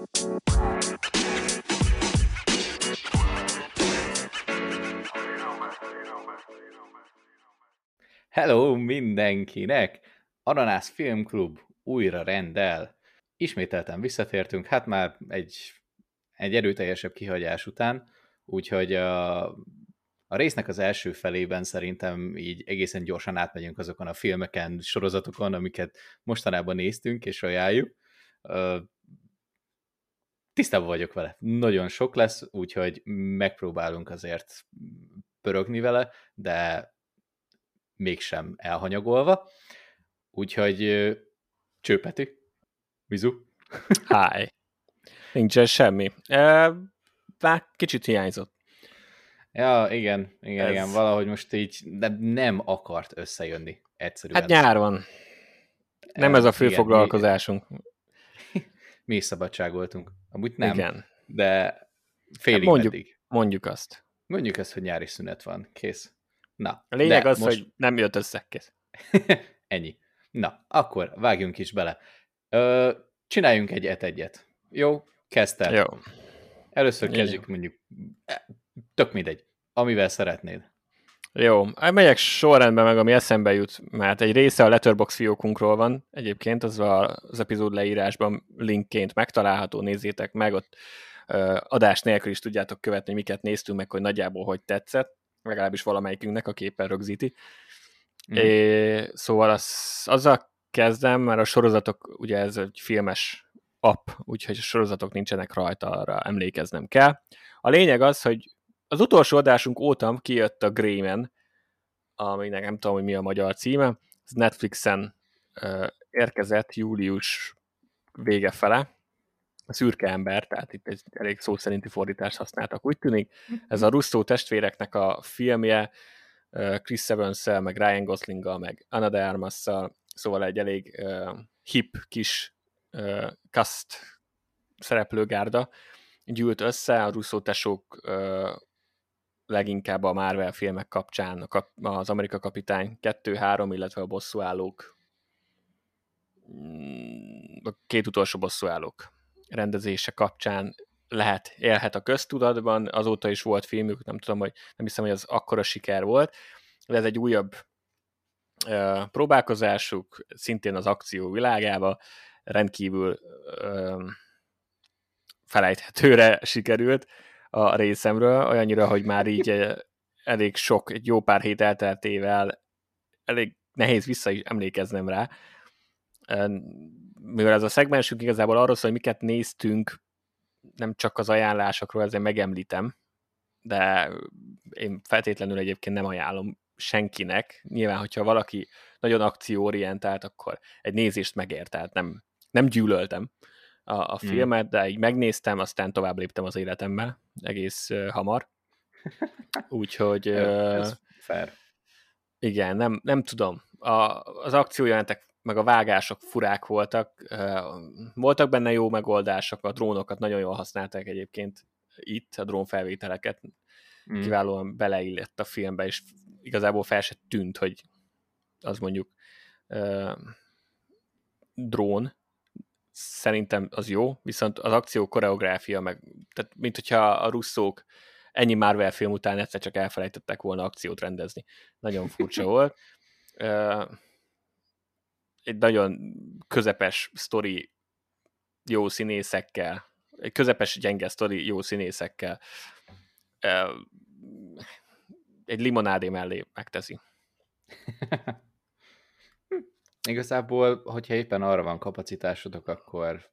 Hello mindenkinek! Ananász Filmklub újra rendel. Ismételten visszatértünk, hát már egy erőteljesebb kihagyás után, úgyhogy a résznek az első felében szerintem így egészen gyorsan átmegyünk azokon a filmeken, sorozatokon, amiket mostanában néztünk és ajánljuk. Tisztában vagyok vele. Nagyon sok lesz, úgyhogy megpróbálunk azért pörögni vele, de mégsem elhanyagolva. Úgyhogy Csőpeti, Mizu. Hi. Nincsen semmi. Már kicsit hiányzott. Ja, igen, valahogy most így nem akart összejönni egyszerűen. Hát nyár van. Nem ez a fő foglalkozásunk. Mi is szabadságoltunk. Amúgy nem, igen. De félig meddig. Mondjuk azt. Mondjuk azt, hogy nyári szünet van. Kész. Na, a lényeg az, most... hogy nem jött össze. Kész. Ennyi. Na, akkor vágjunk is bele. Csináljunk egy egyet. Jó? Kezdtem. Jó. Először kezdjük mondjuk, tök mindegy, amivel szeretnéd. Jó, megyek sorrendben meg, ami eszembe jut, mert egy része a Letterboxd fiókunkról van, egyébként az epizód leírásban linkként megtalálható, nézzétek meg, ott adás nélkül is tudjátok követni, miket néztünk meg, hogy nagyjából hogy tetszett, legalábbis valamelyikünknek a képen rögzíti. Szóval azzal kezdem, mert a sorozatok, ugye ez egy filmes app, úgyhogy a sorozatok nincsenek rajta, arra emlékeznem kell. A lényeg az, hogy az utolsó adásunk óta kijött a Gray Man, aminek nem tudom, hogy mi a magyar címe, ez Netflixen érkezett július vége fele, a szürke ember, tehát itt egy elég szó szerinti fordítást használtak, úgy tűnik. Ez a Russo testvéreknek a filmje, Chris Evans-szel, meg Ryan Goslinggal, meg Ana de Armas-szal, szóval egy elég hip kis cast szereplőgárda gyűlt össze, a Russo tesók leginkább a Marvel filmek kapcsán, az Amerika Kapitány 2-3, illetve a Bosszúállók, a két utolsó Bosszúállók rendezése kapcsán élhet a köztudatban, azóta is volt filmük, nem hiszem, hogy az akkora siker volt, de ez egy újabb próbálkozásuk, szintén az akció világába, rendkívül felejthetőre sikerült a részemről, olyannyira, hogy már így elég sok, egy jó pár hét elteltével elég nehéz vissza is emlékeznem rá, mivel ez a szegmensünk igazából arról szól, hogy miket néztünk, nem csak az ajánlásokról, ezért megemlítem, de én feltétlenül egyébként nem ajánlom senkinek. Nyilván, hogyha valaki nagyon akcióorientált, akkor egy nézést megér, tehát nem gyűlöltem a filmet, de így megnéztem, aztán tovább léptem az életembe egész hamar. Úgyhogy... Ez fair. Igen, nem tudom. Az akciójelentek meg a vágások furák voltak. Voltak benne jó megoldások, a drónokat nagyon jól használták egyébként itt, a drónfelvételeket. Kiválóan beleillett a filmbe, és igazából fel se tűnt, hogy az mondjuk drón. Szerintem az jó, viszont az akció koreográfia meg, tehát mint hogyha a russzók ennyi Marvel film után egyszer csak elfelejtettek volna akciót rendezni. Nagyon furcsa volt. Egy nagyon közepes sztori jó színészekkel, egy közepes gyenge sztori jó színészekkel egy limonádé mellé megteszi. Igazából, hogyha éppen arra van kapacitásodok, akkor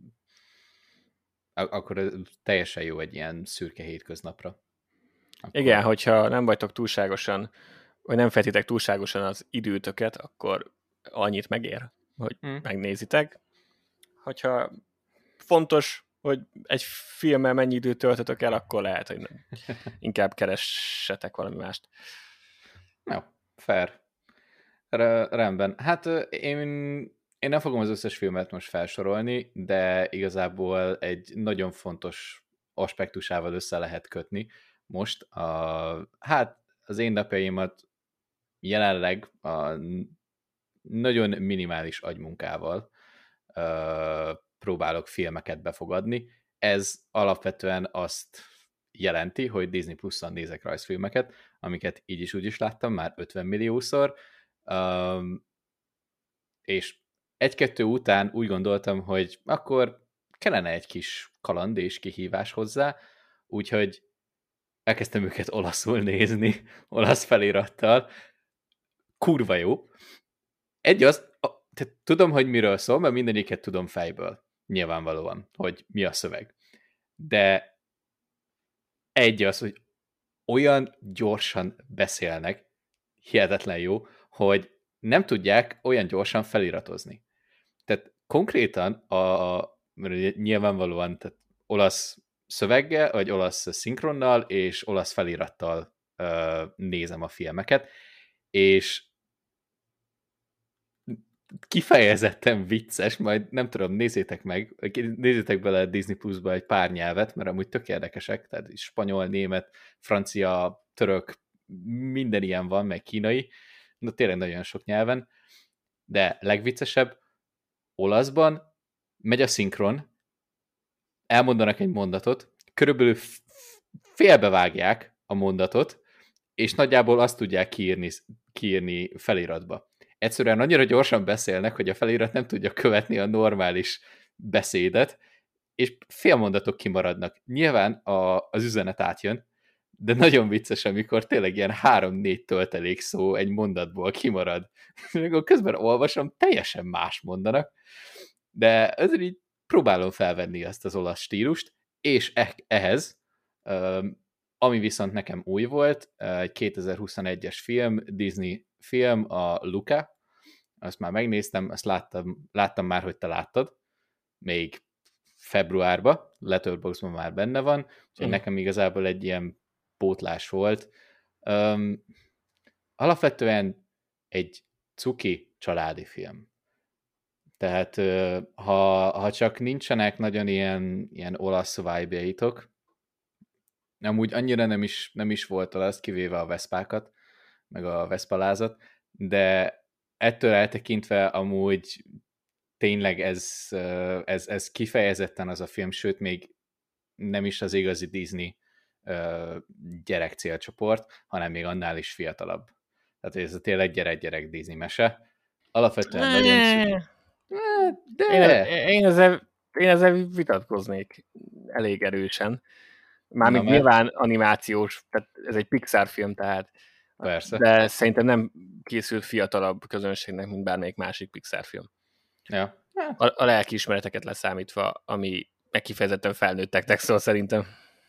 teljesen jó egy ilyen szürke hétköznapra. Akkor... Igen, hogyha nem vagytok túlságosan, vagy nem feltétek túlságosan az időtöket, akkor annyit megér, hogy megnézitek. Hogyha fontos, hogy egy filmmel mennyi időt töltötök el, akkor lehet, hogy nem. Inkább keressetek valami mást. Jó, fair. Rendben. Hát én nem fogom az összes filmet most felsorolni, de igazából egy nagyon fontos aspektusával össze lehet kötni. Most az én napjaimat jelenleg a nagyon minimális agymunkával próbálok filmeket befogadni. Ez alapvetően azt jelenti, hogy Disney Plus-on nézek rajzfilmeket, amiket így is úgy is láttam már 50 milliószor, és egy-kettő után úgy gondoltam, hogy akkor kellene egy kis kaland és kihívás hozzá, úgyhogy elkezdtem őket olaszul nézni, olasz felirattal. Kurva jó. Tehát tudom, hogy miről szól, mert mindegyiket tudom fejből. Nyilvánvalóan, hogy mi a szöveg. De egy az, hogy olyan gyorsan beszélnek, hihetetlen jó, hogy nem tudják olyan gyorsan feliratozni. Tehát konkrétan nyilvánvalóan tehát olasz szöveggel, vagy olasz szinkronnal és olasz felirattal nézem a filmeket, és kifejezetten vicces, majd nem tudom, nézzétek bele a Disney Plus-ba egy pár nyelvet, mert amúgy tök érdekesek, tehát spanyol, német, francia, török, minden ilyen van, meg kínai, de tényleg nagyon sok nyelven, de legviccesebb, olaszban megy a szinkron, elmondanak egy mondatot, körülbelül félbevágják a mondatot, és nagyjából azt tudják kiírni feliratba. Egyszerűen annyira gyorsan beszélnek, hogy a felirat nem tudja követni a normális beszédet, és félmondatok kimaradnak. Nyilván az üzenet átjön, de nagyon vicces, amikor tényleg ilyen 3-4 töltelék szó egy mondatból kimarad. Amikor közben olvasom, teljesen más mondanak, de ezért így próbálom felvenni ezt az olasz stílust, és ehhez, ami viszont nekem új volt, egy 2021-es film, Disney film, a Luca, azt már megnéztem, azt láttam már, hogy te láttad, még februárban, Letterboxdban már benne van, úgyhogy nekem igazából egy ilyen pótlás volt. Alapvetően egy cuki családi film. Tehát ha csak nincsenek nagyon ilyen olasz vibe-jaitok, amúgy annyira nem is volt olasz, kivéve a veszpákat, meg a veszpalázat, de ettől eltekintve amúgy tényleg ez kifejezetten az a film, sőt még nem is az igazi Disney gyerek célcsoport, hanem még annál is fiatalabb. Tehát ez a tényleg gyerek Disney mese. Alapvetően nagyon de... Én ezzel vitatkoznék elég erősen. Mármint nyilván animációs, tehát ez egy Pixar film, tehát persze. De szerintem nem készült fiatalabb közönségnek, mint bármelyik másik Pixar film. Ja. A lelkiismereteket leszámítva, ami megkifejezetten felnőtteknek szól szerintem.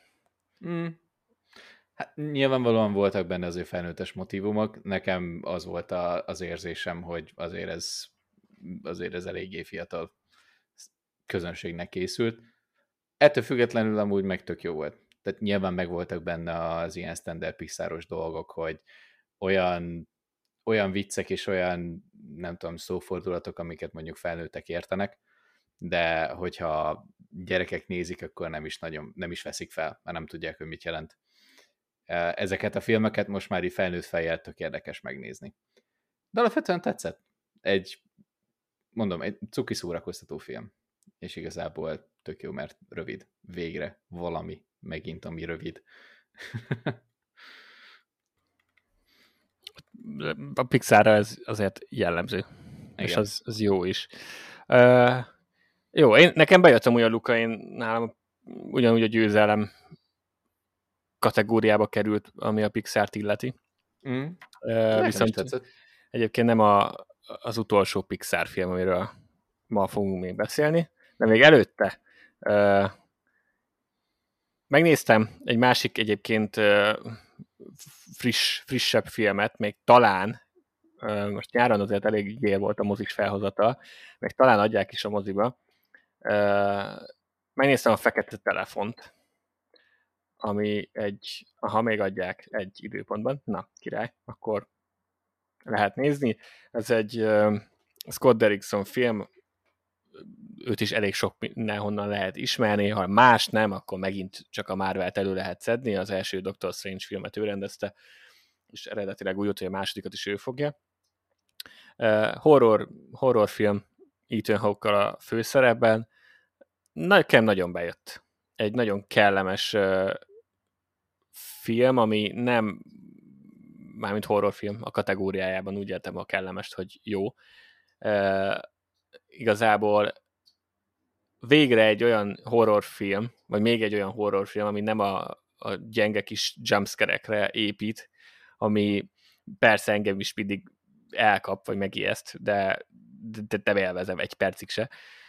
Hát nyilvánvalóan voltak benne azért felnőttes motívumok, nekem az volt az érzésem, hogy azért ez eléggé fiatal közönségnek készült. Ettől függetlenül amúgy meg tök jó volt. Tehát nyilván megvoltak benne az ilyen standard Pixaros dolgok, hogy olyan viccek és olyan, nem tudom, szófordulatok, amiket mondjuk felnőttek értenek, de hogyha gyerekek nézik, akkor nem is veszik fel, mert nem tudják, hogy mit jelent. Ezeket a filmeket most már így felnőtt fejjel tök érdekes megnézni. De alapvetően tetszett. Egy cuki szórakoztató film. És igazából tök jó, mert rövid. Végre valami megint, ami rövid. A Pixarra ez azért jellemző. Igen. És az jó is. Jó, nekem bejöttem olyan Luca, nálam ugyanúgy a győzelem kategóriába került, ami a Pixart illeti. Viszont egyébként nem az utolsó Pixar film, amiről ma fogunk még beszélni, de még előtte megnéztem egy másik egyébként frissebb filmet, még talán, most nyáron azért elég gyér volt a mozis felhozata, meg talán adják is a moziba. Megnéztem a Fekete Telefont, ami még adják egy időpontban, na, király, akkor lehet nézni. Ez egy Scott Derrickson film, őt is elég sok mindenhonnan lehet ismerni, ha más nem, akkor megint csak a Marvelt elő lehet szedni, az első Doctor Strange filmet ő rendezte, és eredetileg úgy jött, hogy a másodikat is ő fogja. Horrorfilm Ethan Hawke-kal a főszerepben, Nekem nagyon bejött. Egy nagyon kellemes film, ami nem mármint horrorfilm a kategóriájában, úgy értem a kellemest, hogy jó. Igazából végre egy olyan horrorfilm, vagy még egy olyan horrorfilm, ami nem a gyenge kis jumpscare-ekre épít, ami persze engem is mindig elkap, vagy megijeszt, de élvezem egy percig se.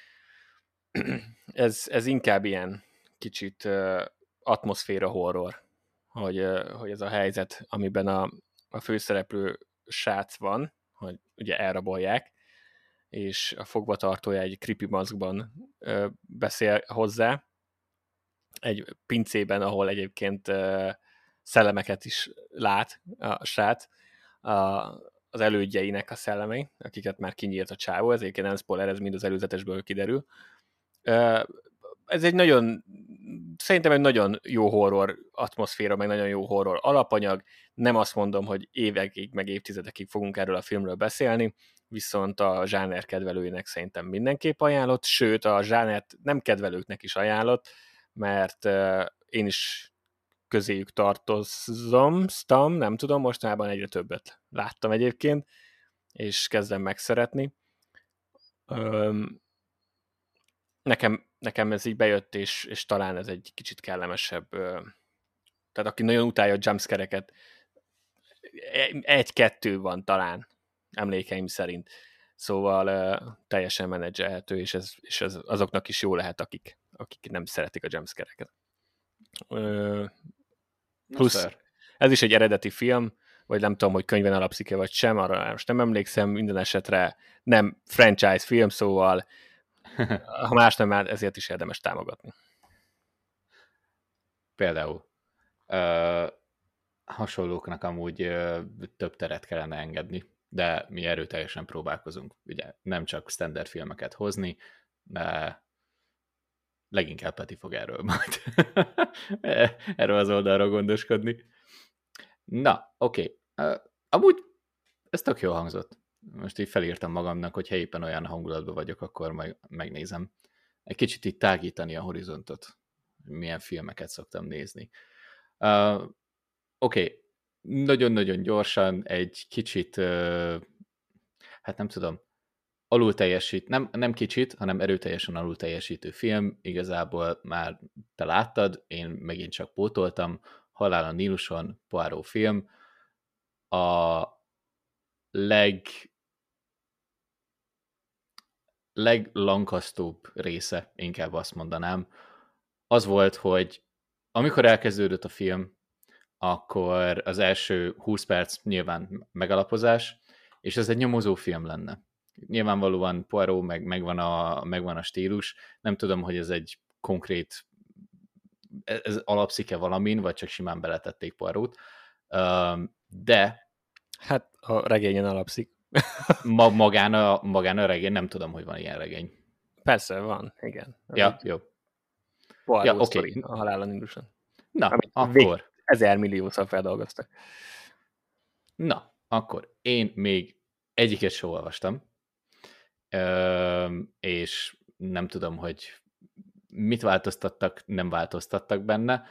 Ez inkább ilyen kicsit atmoszféra horror, hogy ez a helyzet, amiben a főszereplő srác van, hogy ugye elrabolják, és a fogvatartója egy creepy maszkban beszél hozzá, egy pincében, ahol egyébként szellemeket is lát a srác, az elődjeinek a szellemei, akiket már kinyílt a csávó, ez egyébként nem spoiler, ez mind az előzetesből kiderül. Ez egy szerintem egy nagyon jó horror atmoszféra, meg nagyon jó horror alapanyag. Nem azt mondom, hogy évekig, meg évtizedekig fogunk erről a filmről beszélni, viszont a zsáner kedvelőinek szerintem mindenképp ajánlott, sőt a zsánert nem kedvelőknek is ajánlott, mert én is közéjük tartozom, nem tudom, mostanában egyre többet láttam egyébként, és kezdem megszeretni. Nekem ez így bejött, és talán ez egy kicsit kellemesebb. Tehát aki nagyon utálja a jumpscare-eket, egy-kettő van talán, emlékeim szerint. Szóval teljesen menedzselhető, és ez azoknak is jó lehet, akik nem szeretik a jumpscare-eket. Plusz ez is egy eredeti film, vagy nem tudom, hogy könyven alapszik-e vagy sem, arra most nem emlékszem, minden esetre nem franchise film, szóval ha más nem, már ezért is érdemes támogatni. Például hasonlóknak amúgy több teret kellene engedni, de mi erőteljesen próbálkozunk. Ugye nem csak standard filmeket hozni, de leginkább Peti fog erről majd erről az oldalra gondoskodni. Na, oké. Amúgy ez tök jól hangzott. Most így felírtam magamnak, hogy ha éppen olyan hangulatban vagyok, akkor majd megnézem. Egy kicsit így tágítani a horizontot. Milyen filmeket szoktam nézni. Oké. Nagyon-nagyon gyorsan egy kicsit, hát nem tudom, alulteljesít, nem kicsit, hanem erőteljesen alulteljesítő film. Igazából már te láttad, én megint csak pótoltam. Halál a Níluson, Poirot film. A leglankasztóbb része, inkább azt mondanám, az volt, hogy amikor elkezdődött a film, akkor az első 20 perc nyilván megalapozás, és ez egy nyomozó film lenne. Nyilvánvalóan Poirot, megvan a stílus, nem tudom, hogy ez egy konkrét, ez alapszik-e valamin, vagy csak simán beletették Poirot, de hát a regényen alapszik. magán a regény, nem tudom, hogy van ilyen regény. Persze, van, igen. Ja, jó. Poirot sztori, a Halál a Níluson. Na, akkor. 1000 milliószor feldolgoztak. Na, akkor én még egyiket sem olvastam, és nem tudom, hogy mit változtattak, nem változtattak benne,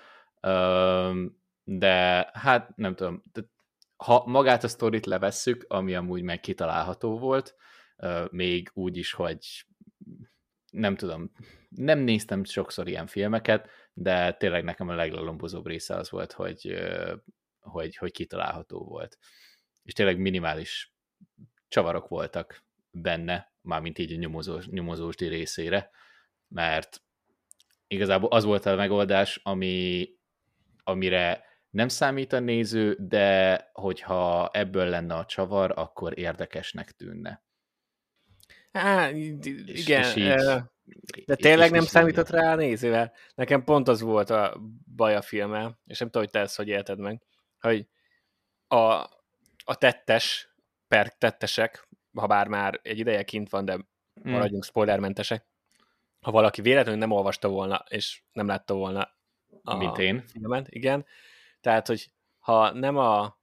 de hát nem tudom, ha magát a sztorit levesszük, ami amúgy meg kitalálható volt, még úgy is, hogy nem tudom, nem néztem sokszor ilyen filmeket, de tényleg nekem a leglalombozóbb része az volt, hogy kitalálható volt. És tényleg minimális csavarok voltak benne, mármint így a nyomozósdi részére, mert igazából az volt a megoldás, amire nem számít a néző, de hogyha ebből lenne a csavar, akkor érdekesnek tűnne. Igen, és így, de tényleg nem számított rá a nézővel. Nekem pont az volt a baj a filmmel, és nem tudom, hogy te ezt hogy élted meg, hogy a tettesek, ha bár már egy ideje kint van, de maradjunk spoilermentesek, ha valaki véletlenül nem olvasta volna, és nem látta volna mint én. filmet, igen, tehát, hogy ha nem a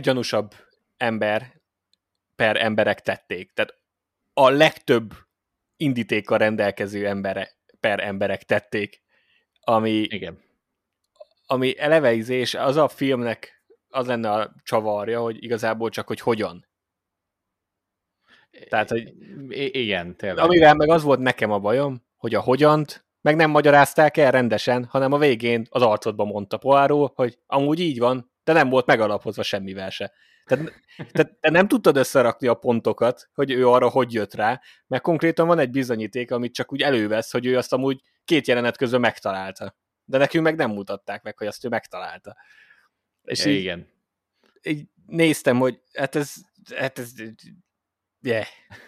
leggyanúsabb ember per emberek tették, tehát a legtöbb indítékkal rendelkező emberek tették, Igen. ami eleve és az a filmnek az lenne a csavarja, hogy igazából csak, hogy hogyan. Tehát, hogy Igen, tényleg. amivel meg az volt nekem a bajom, hogy a hogyant meg nem magyarázták el rendesen, hanem a végén az arcodba mondta Poirot, hogy amúgy így van, de nem volt megalapozva semmivel se. Tehát te nem tudtad összerakni a pontokat, hogy ő arra hogy jött rá, mert konkrétan van egy bizonyíték, amit csak úgy elővesz, hogy ő azt amúgy 2 jelenet közben megtalálta. De nekünk meg nem mutatták meg, hogy azt ő megtalálta. És Igen. így néztem, hogy yeah.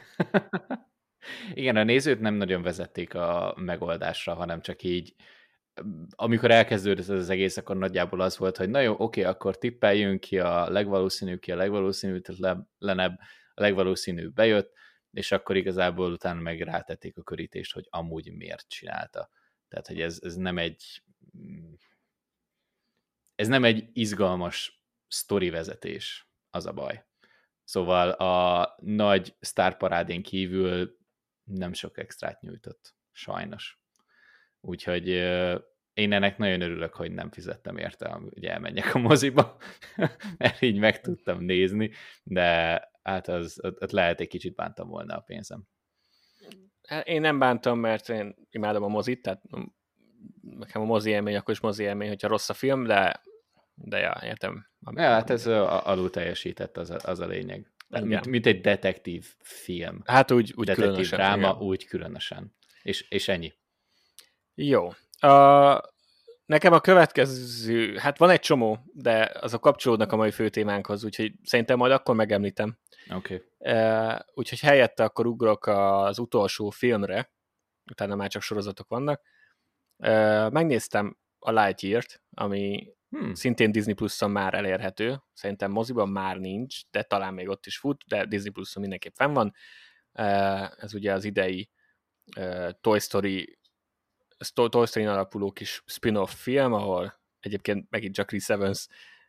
Igen, a nézőt nem nagyon vezették a megoldásra, hanem csak így, amikor elkezdődött ez az egész, akkor nagyjából az volt, hogy na jó, oké, akkor tippeljünk ki a legvalószínűbb, ki a legvalószínűtlenebb, a legvalószínűbb bejött, és akkor igazából utána meg rátették a körítést, hogy amúgy miért csinálta. Tehát, hogy ez nem egy izgalmas sztorivezetés, az a baj. Szóval a nagy sztárparádén kívül nem sok extrát nyújtott, sajnos. Úgyhogy én ennek nagyon örülök, hogy nem fizettem érte, hogy elmenjek a moziba, mert így meg tudtam nézni, de hát ott lehet egy kicsit bántam volna a pénzem. Én nem bántam, mert én imádom a mozit, tehát nekem a mozi élmény, akkor is mozi élmény, hogyha rossz a film, de ja, értem. Ja, hát ez alul teljesített, az a lényeg. Mint egy detektív film. Hát úgy detektív különösen. dráma, igen. Úgy különösen. És ennyi. Jó. Nekem a következő, hát van egy csomó, de azok kapcsolódnak a mai fő témánkhoz, úgyhogy szerintem majd akkor megemlítem. Oké. Úgyhogy helyette akkor ugrok az utolsó filmre, utána már csak sorozatok vannak. Megnéztem a Lightyear-t, ami szintén Disney Plus-on már elérhető. Szerintem moziban már nincs, de talán még ott is fut, de Disney Plus-on mindenképp fenn van. Ez ugye az idei Toy Story-n alapuló kis spin-off film, ahol egyébként megint csak Chris Evans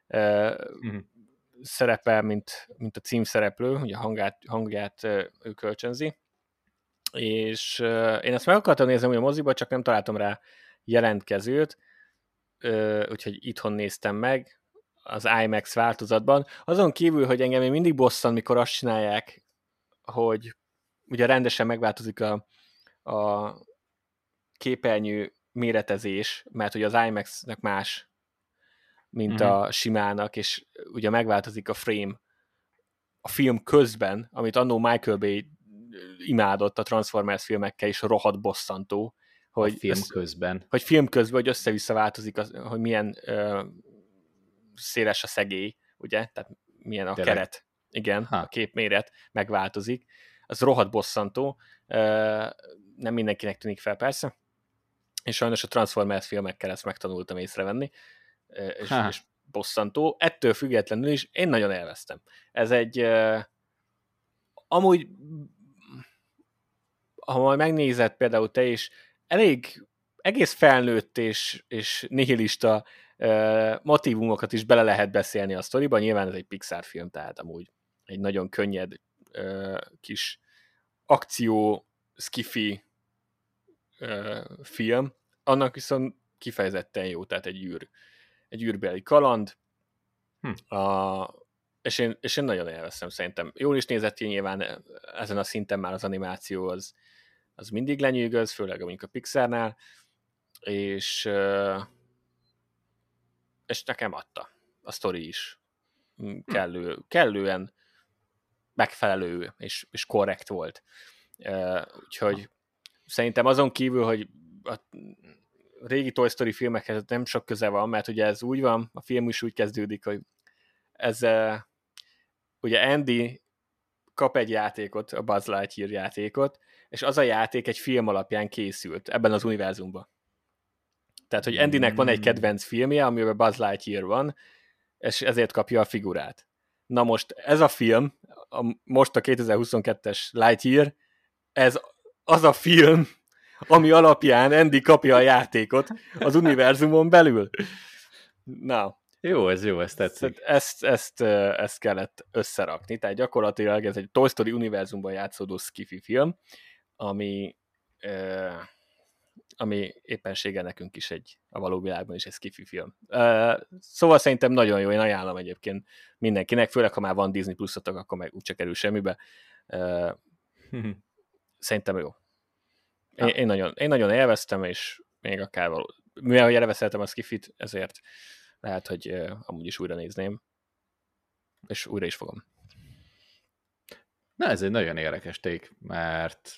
szerepel, mint a címszereplő, ugye a hangját ő kölcsönzi. És én ezt meg akartam nézni a moziba, csak nem találtam rá jelentkezőt, úgyhogy itthon néztem meg az IMAX változatban. Azon kívül, hogy engem még mindig bosszant, mikor azt csinálják, hogy ugye rendesen megváltozik a képernyő méretezés, mert ugye az IMAX-nek más, mint a simának, és ugye megváltozik a frame a film közben, amit annó Michael Bay imádott a Transformers filmekkel, és rohadt bosszantó, hogy film közben, hogy össze-vissza változik, hogy milyen széles a szegély, ugye, tehát milyen a keret, igen, a képméret megváltozik. Az rohadt bosszantó, nem mindenkinek tűnik fel persze, és sajnos a Transformers filmekkel ezt megtanultam észrevenni, és bosszantó. Ettől függetlenül is én nagyon élveztem. Ez egy amúgy, ha majd megnézed például te is, egész felnőtt és nihilista motívumokat is bele lehet beszélni a sztoriban. Nyilván ez egy Pixar film, tehát amúgy egy nagyon könnyed kis akció skifi film. Annak viszont kifejezetten jó, tehát egy űrbeli kaland. És én nagyon élveztem szerintem. Jól is nézett ki, nyilván ezen a szinten már az animáció az mindig lenyűgöz, főleg mondjuk a Pixarnál, és nekem adta. A sztori is kellően megfelelő és korrekt volt. Úgyhogy szerintem azon kívül, hogy a régi Toy Story filmekhez nem sok köze van, mert ugye ez úgy van, a film is úgy kezdődik, hogy ez ugye Andy kap egy játékot, a Buzz Lightyear játékot, és az a játék egy film alapján készült ebben az univerzumban. Tehát, hogy Andynek van egy kedvenc filmje, amiben Buzz Lightyear van, és ezért kapja a figurát. Na most ez a film, most a 2022-es Lightyear, ez az a film, ami alapján Andy kapja a játékot az univerzumon belül. Na. Jó, ez tetszik. Ezt kellett összerakni, tehát gyakorlatilag ez egy Toy Story univerzumban játszódó skifi film, ami ami éppenséggel nekünk is a való világban is egy sci-fi film. Szóval szerintem nagyon jó, én ajánlom egyébként mindenkinek, főleg ha már van Disney Plus-otok, akkor meg úgyse kerül semmibe. Szerintem jó. Én nagyon élveztem, és még akár való. Mivel hogy elveszeltem a skifit, ezért lehet, hogy amúgy is újra nézném, és újra is fogom. Na, ez egy nagyon érdekes take, mert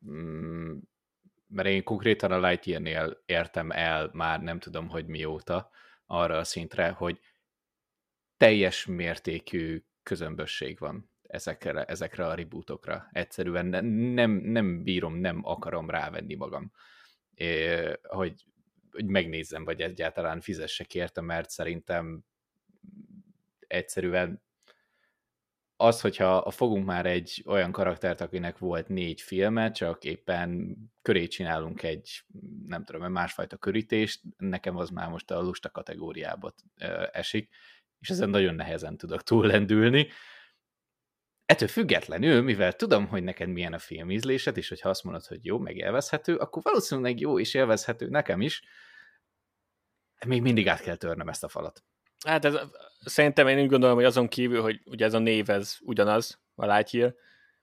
én konkrétan a Lightyear-nél értem el már nem tudom, hogy mióta arra a szintre, hogy teljes mértékű közömbösség van ezekre a rebootokra. Egyszerűen nem bírom, nem akarom rávenni magam, hogy megnézzem, vagy egyáltalán fizessek érte, mert szerintem egyszerűen az, hogyha fogunk már egy olyan karaktert, akinek volt 4 filme, csak éppen köré csinálunk egy, nem tudom, másfajta körítést, nekem az már most a lusta kategóriába esik, és ezen nagyon nehezen tudok túllendülni. Ettől függetlenül, mivel tudom, hogy neked milyen a filmízlésed, és hogyha azt mondod, hogy jó, meg élvezhető, akkor valószínűleg jó és élvezhető nekem is, még mindig át kell törnöm ezt a falat. Hát szerintem én úgy gondolom, hogy azon kívül, hogy ugye ez a név, ez ugyanaz, a Lightyear,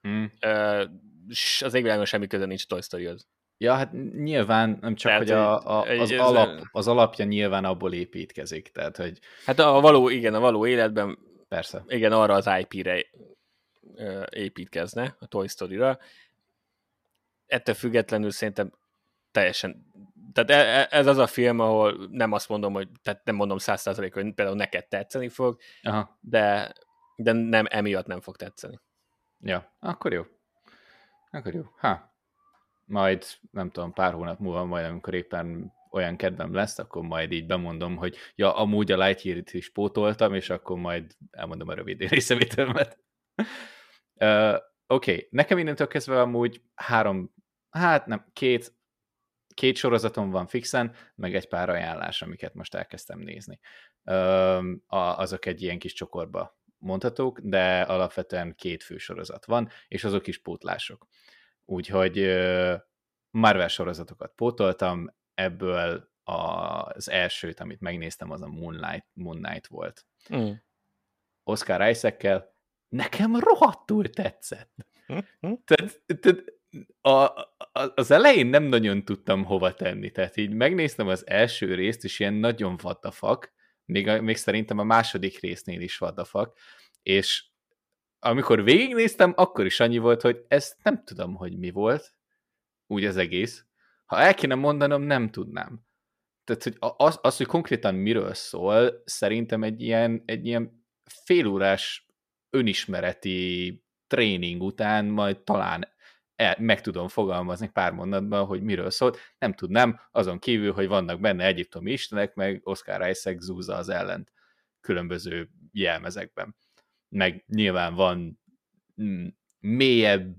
az égvilágon semmi köze nincs Toy Storyhoz. Ja, hát nyilván, nem csak, tehát, hogy az alapja nyilván abból építkezik, tehát, hogy... Hát a való életben persze. Igen, arra az IP-re építkezne, a Toy Story-ra. Ettől függetlenül szerintem teljesen... Tehát ez az a film, ahol nem azt mondom, hogy tehát nem mondom 100%, hogy például neked tetszeni fog, aha, de nem emiatt nem fog tetszeni. Ja, akkor jó. Majd, nem tudom, pár hónap múlva, majd amikor éppen olyan kedvem lesz, akkor majd így bemondom, hogy ja, amúgy a Lightyear-t is pótoltam, és akkor majd elmondom a rövid részvételmet. Oké, nekem innentől kezdve amúgy két sorozatom van fixen, meg egy pár ajánlás, amiket most elkezdtem nézni. Azok egy ilyen kis csokorba mondhatók, de alapvetően 2 fő sorozat van, és azok is pótlások. Úgyhogy Marvel sorozatokat pótoltam, ebből az elsőt, amit megnéztem, az a Moon Knight volt. Oscar Isaac-kel nekem rohadtul tetszett. Tehát az elején nem nagyon tudtam hova tenni, tehát így megnéztem az első részt, és ilyen nagyon what the fuck, még szerintem a második résznél is what the fuck, és amikor végignéztem, akkor is annyi volt, hogy ezt nem tudom, hogy mi volt, úgy az egész. Ha el kéne mondanom, nem tudnám. Tehát, hogy hogy konkrétan miről szól, szerintem egy ilyen félórás önismereti tréning után majd talán meg tudom fogalmazni pár mondatban, hogy miről szólt. Nem tudnám, azon kívül, hogy vannak benne egyiptomi istenek, meg Oscar Isaac zúzza az ellent különböző jelmezekben. Meg nyilván van mélyebb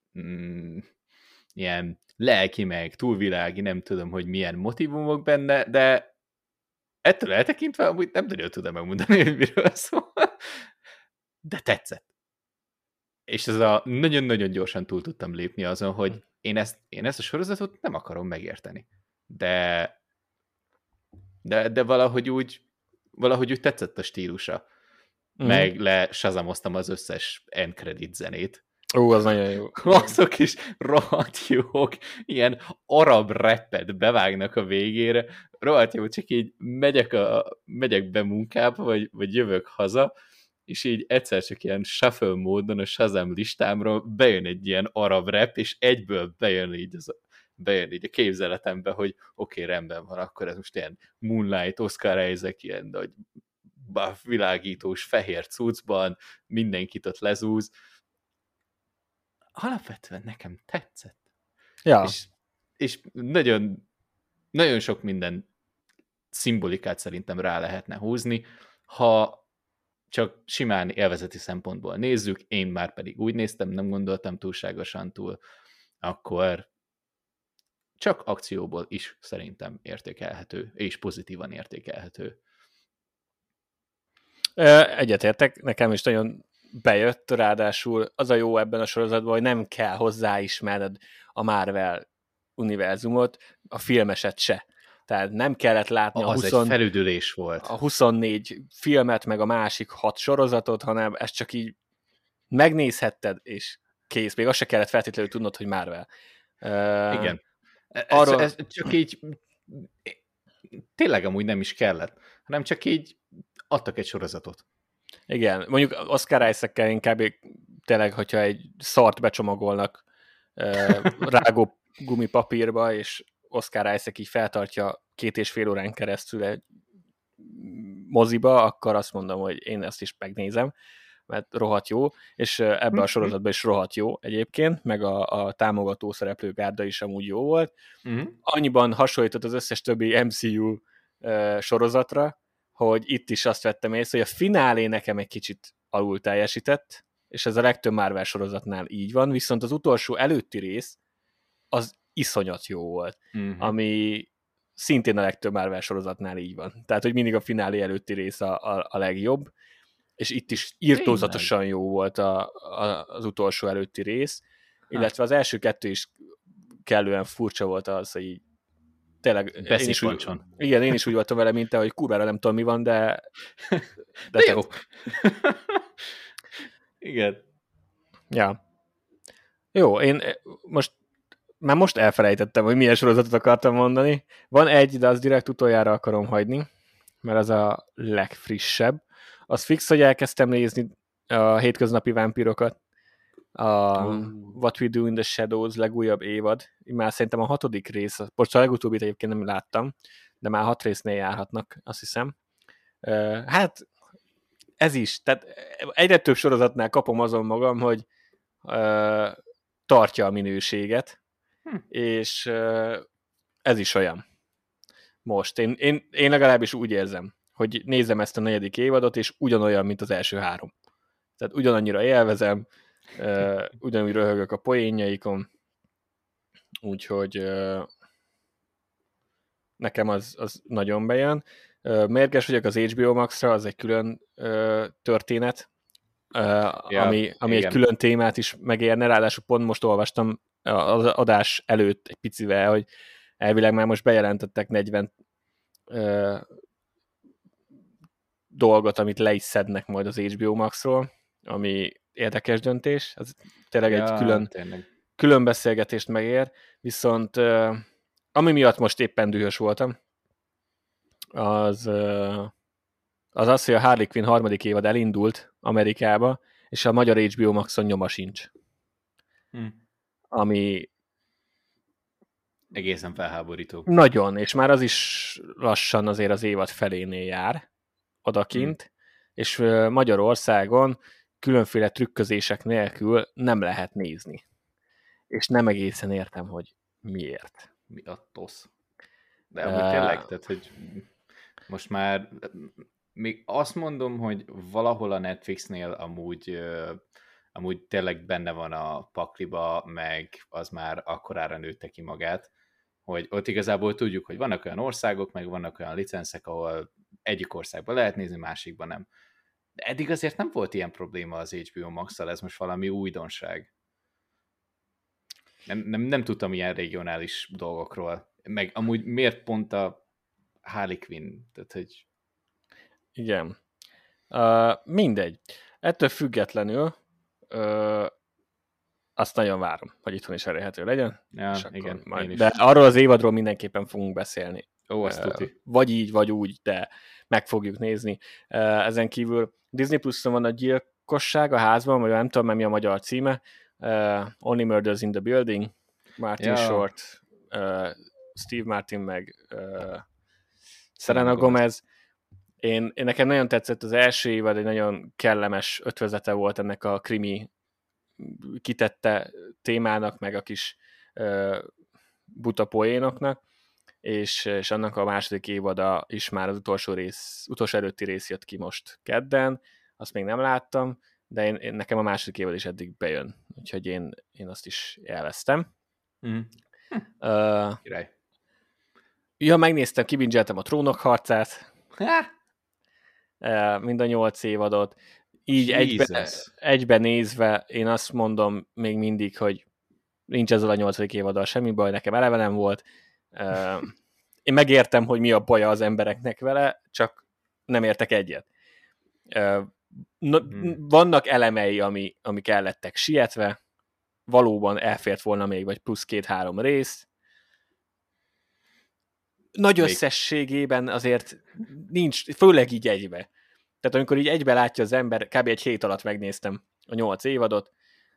ilyen lelki, meg túlvilági, nem tudom, hogy milyen motivumok benne, de ettől eltekintve amúgy nem nagyon tudom megmondani, hogy miről szól. De tetszett. És ez nagyon-nagyon gyorsan túl tudtam lépni azon, hogy én ezt a sorozatot nem akarom megérteni. De valahogy úgy tetszett a stílusa. Meg lesazamoztam az összes end credit zenét. Az nagyon jó. Azok is rohadt jók, ilyen arab rappet bevágnak a végére, rohadt jó, csak így megyek be munkába, vagy jövök haza, és így egyszer csak ilyen shuffle módon a Shazam listámra bejön egy ilyen arab rap, és egyből bejön így a képzeletembe, hogy oké, rendben van, akkor ez most ilyen Moonlight, Oscar Isaac, ilyen nagy világítós fehér cuccban, mindenkit ott lezúz. Alapvetően nekem tetszett. Ja. És nagyon, nagyon sok minden szimbolikát szerintem rá lehetne húzni, ha csak simán élvezeti szempontból nézzük, én már pedig úgy néztem, nem gondoltam túlságosan túl, akkor csak akcióból is szerintem értékelhető, és pozitívan értékelhető. Egyetértek, nekem is nagyon bejött, ráadásul az a jó ebben a sorozatban, hogy nem kell hozzáismerned a Marvel univerzumot, a filmeset se. Tehát nem kellett látni Az egy felüdülés volt. a 24 filmet, meg a másik 6 sorozatot, hanem ezt csak így megnézhetted, és kész. Még azt se kellett feltétlenül tudnod, hogy Marvel. Igen. Arról... Ez csak így tényleg amúgy nem is kellett, hanem csak így adtak egy sorozatot. Igen, mondjuk Oscar Isaac-kel inkább tényleg, hogyha egy szart becsomagolnak rágó gumipapírba, és Oscar Isaac így feltartja 2,5 órán keresztül egy moziba, akkor azt mondom, hogy én ezt is megnézem, mert rohadt jó, és ebbe a sorozatban is rohadt jó egyébként, meg a támogató szereplő gárda is amúgy jó volt. Annyiban hasonlított az összes többi MCU sorozatra, hogy itt is azt vettem észre, hogy a finálé nekem egy kicsit alul teljesített, és ez a legtöbb Marvel sorozatnál így van, viszont az utolsó előtti rész az iszonyat jó volt, ami szintén a legtöbb Marvel sorozatnál így van. Tehát, hogy mindig a finálé előtti rész a legjobb, és itt is irtózatosan jó volt az utolsó előtti rész, illetve az első 2 is kellően furcsa volt az, hogy így tényleg én is úgy voltam vele, mint te, hogy kurvára nem tudom mi van, de jó. Igen. Ja. Jó, én most elfelejtettem, hogy milyen sorozatot akartam mondani. Van egy, de az direkt utoljára akarom hagyni, mert az a legfrissebb. Az fix, hogy elkezdtem nézni a hétköznapi vámpírokat. What We Do in the Shadows legújabb évad. Már szerintem a 6. rész, most a legutóbbit egyébként nem láttam, de már 6 résznél járhatnak, azt hiszem. Hát ez is, tehát egyre több sorozatnál kapom azon magam, hogy tartja a minőséget, és ez is olyan. Most. Én legalábbis úgy érzem, hogy nézem ezt a 4. évadot, és ugyanolyan, mint az első 3. Tehát ugyanannyira élvezem, ugyanúgy röhögök a poénjaikon, úgyhogy nekem az nagyon bejön. Mérges vagyok az HBO Max-ra, az egy külön történet, ami egy külön témát is megérne, ráadásul pont most olvastam az adás előtt egy picivel, hogy elvileg már most bejelentettek 40 dolgot, amit le is szednek majd az HBO Max-ról, ami érdekes döntés, ez tényleg egy külön beszélgetést megér, viszont ami miatt most éppen dühös voltam, az, hogy a Harley Quinn 3. évad elindult Amerikába, és a magyar HBO Maxon nyoma sincs. Ami egészen felháborító. Nagyon, és már az is lassan azért az évad felénél jár odakint, és Magyarországon különféle trükközések nélkül nem lehet nézni. És nem egészen értem, hogy miért. Mi a tosz? De amúgy tényleg, tehát, hogy most már még azt mondom, hogy valahol a Netflixnél amúgy tényleg benne van a pakliba, meg az már akkorára nőtte ki magát, hogy ott igazából tudjuk, hogy vannak olyan országok, meg vannak olyan licenszek, ahol egyik országban lehet nézni, másikban nem. De eddig azért nem volt ilyen probléma az HBO Max-szal, ez most valami újdonság. Nem tudtam ilyen regionális dolgokról. Meg amúgy miért pont a Harley Quinn? Tehát, hogy... Igen. Mindegy. Ettől függetlenül azt nagyon várom, hogy itthon is elérhető legyen. Ja, igen, majd. De arról az évadról mindenképpen fogunk beszélni. Ó, azt tuti. Vagy így, vagy úgy, de meg fogjuk nézni. Ezen kívül Disney Plus-on van a Gyilkosság a házban, vagy nem tudom, mi a magyar címe. Only Murders in the Building. Martin Short, Steve Martin, meg Selena Gomez. Én nekem nagyon tetszett az első évad, egy nagyon kellemes ötvözete volt ennek a krimi kitette témának, meg a kis buta poénoknak, és annak a második évada is már az utolsó előtti rész jött ki most kedden, azt még nem láttam, de nekem a második évad is eddig bejön, úgyhogy én azt is élveztem. Király. Ja, megnéztem, kibingeltem a Trónok harcát, mind a 8 évadot, így egyben nézve én azt mondom még mindig, hogy nincs ezzel a 8. évaddal semmi baj, nekem eleve nem volt. Én megértem, hogy mi a baja az embereknek vele, csak nem értek egyet. Vannak elemei, amik el lettek sietve, valóban elfért volna még, vagy plusz 2-3 rész. Nagy összességében azért nincs, főleg így egybe. Tehát amikor így egybe látja az ember, kb. Egy hét alatt megnéztem a 8 évadot,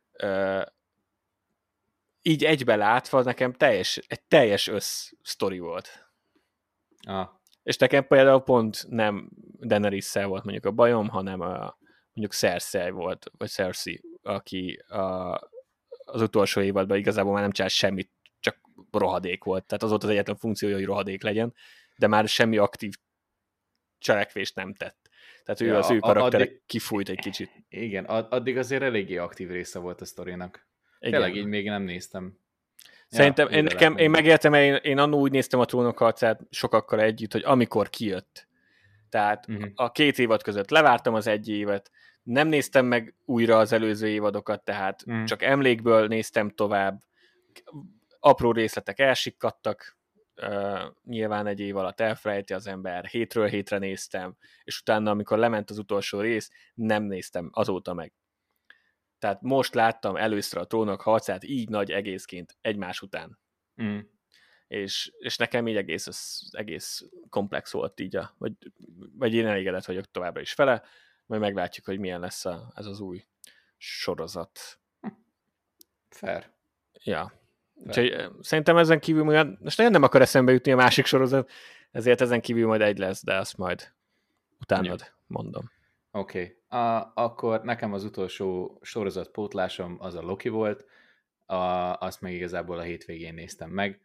így egybe látva nekem egy teljes összsztori volt. És nekem például pont nem Daenerys-szel volt mondjuk a bajom, hanem mondjuk Cersei volt, vagy Cersei, aki az utolsó évadban igazából már nem csinált semmit, csak rohadék volt. Tehát az volt az egyetlen funkciója, hogy rohadék legyen, de már semmi aktív cselekvést nem tett. Tehát ő az ő karaktere kifújt egy kicsit. Igen, addig azért eléggé aktív része volt a sztorinak. Tényleg így még nem néztem. Szerintem én megértem, mert én annól úgy néztem a Trónok harcát sokakkal együtt, hogy amikor kijött. Tehát a 2 évad között levártam az 1 évet, nem néztem meg újra az előző évadokat, tehát csak emlékből néztem tovább. Apró részletek elsikkadtak, nyilván 1 év alatt elfelejti az ember, hétről hétre néztem, és utána, amikor lement az utolsó rész, nem néztem azóta meg. Tehát most láttam először a Trónok harcát így nagy egészként egymás után. És nekem így egész komplex volt így, vagy én elégedett vagyok továbbra is vele, majd meglátjuk, hogy milyen lesz ez az új sorozat. Fair. Ja. Úgyhogy szerintem ezen kívül most nagyon nem akar eszembe jutni a másik sorozat, ezért ezen kívül majd egy lesz, de azt majd utánad mondom. Oké. Akkor nekem az utolsó sorozat pótlásom az a Loki volt, azt meg igazából a hétvégén néztem meg.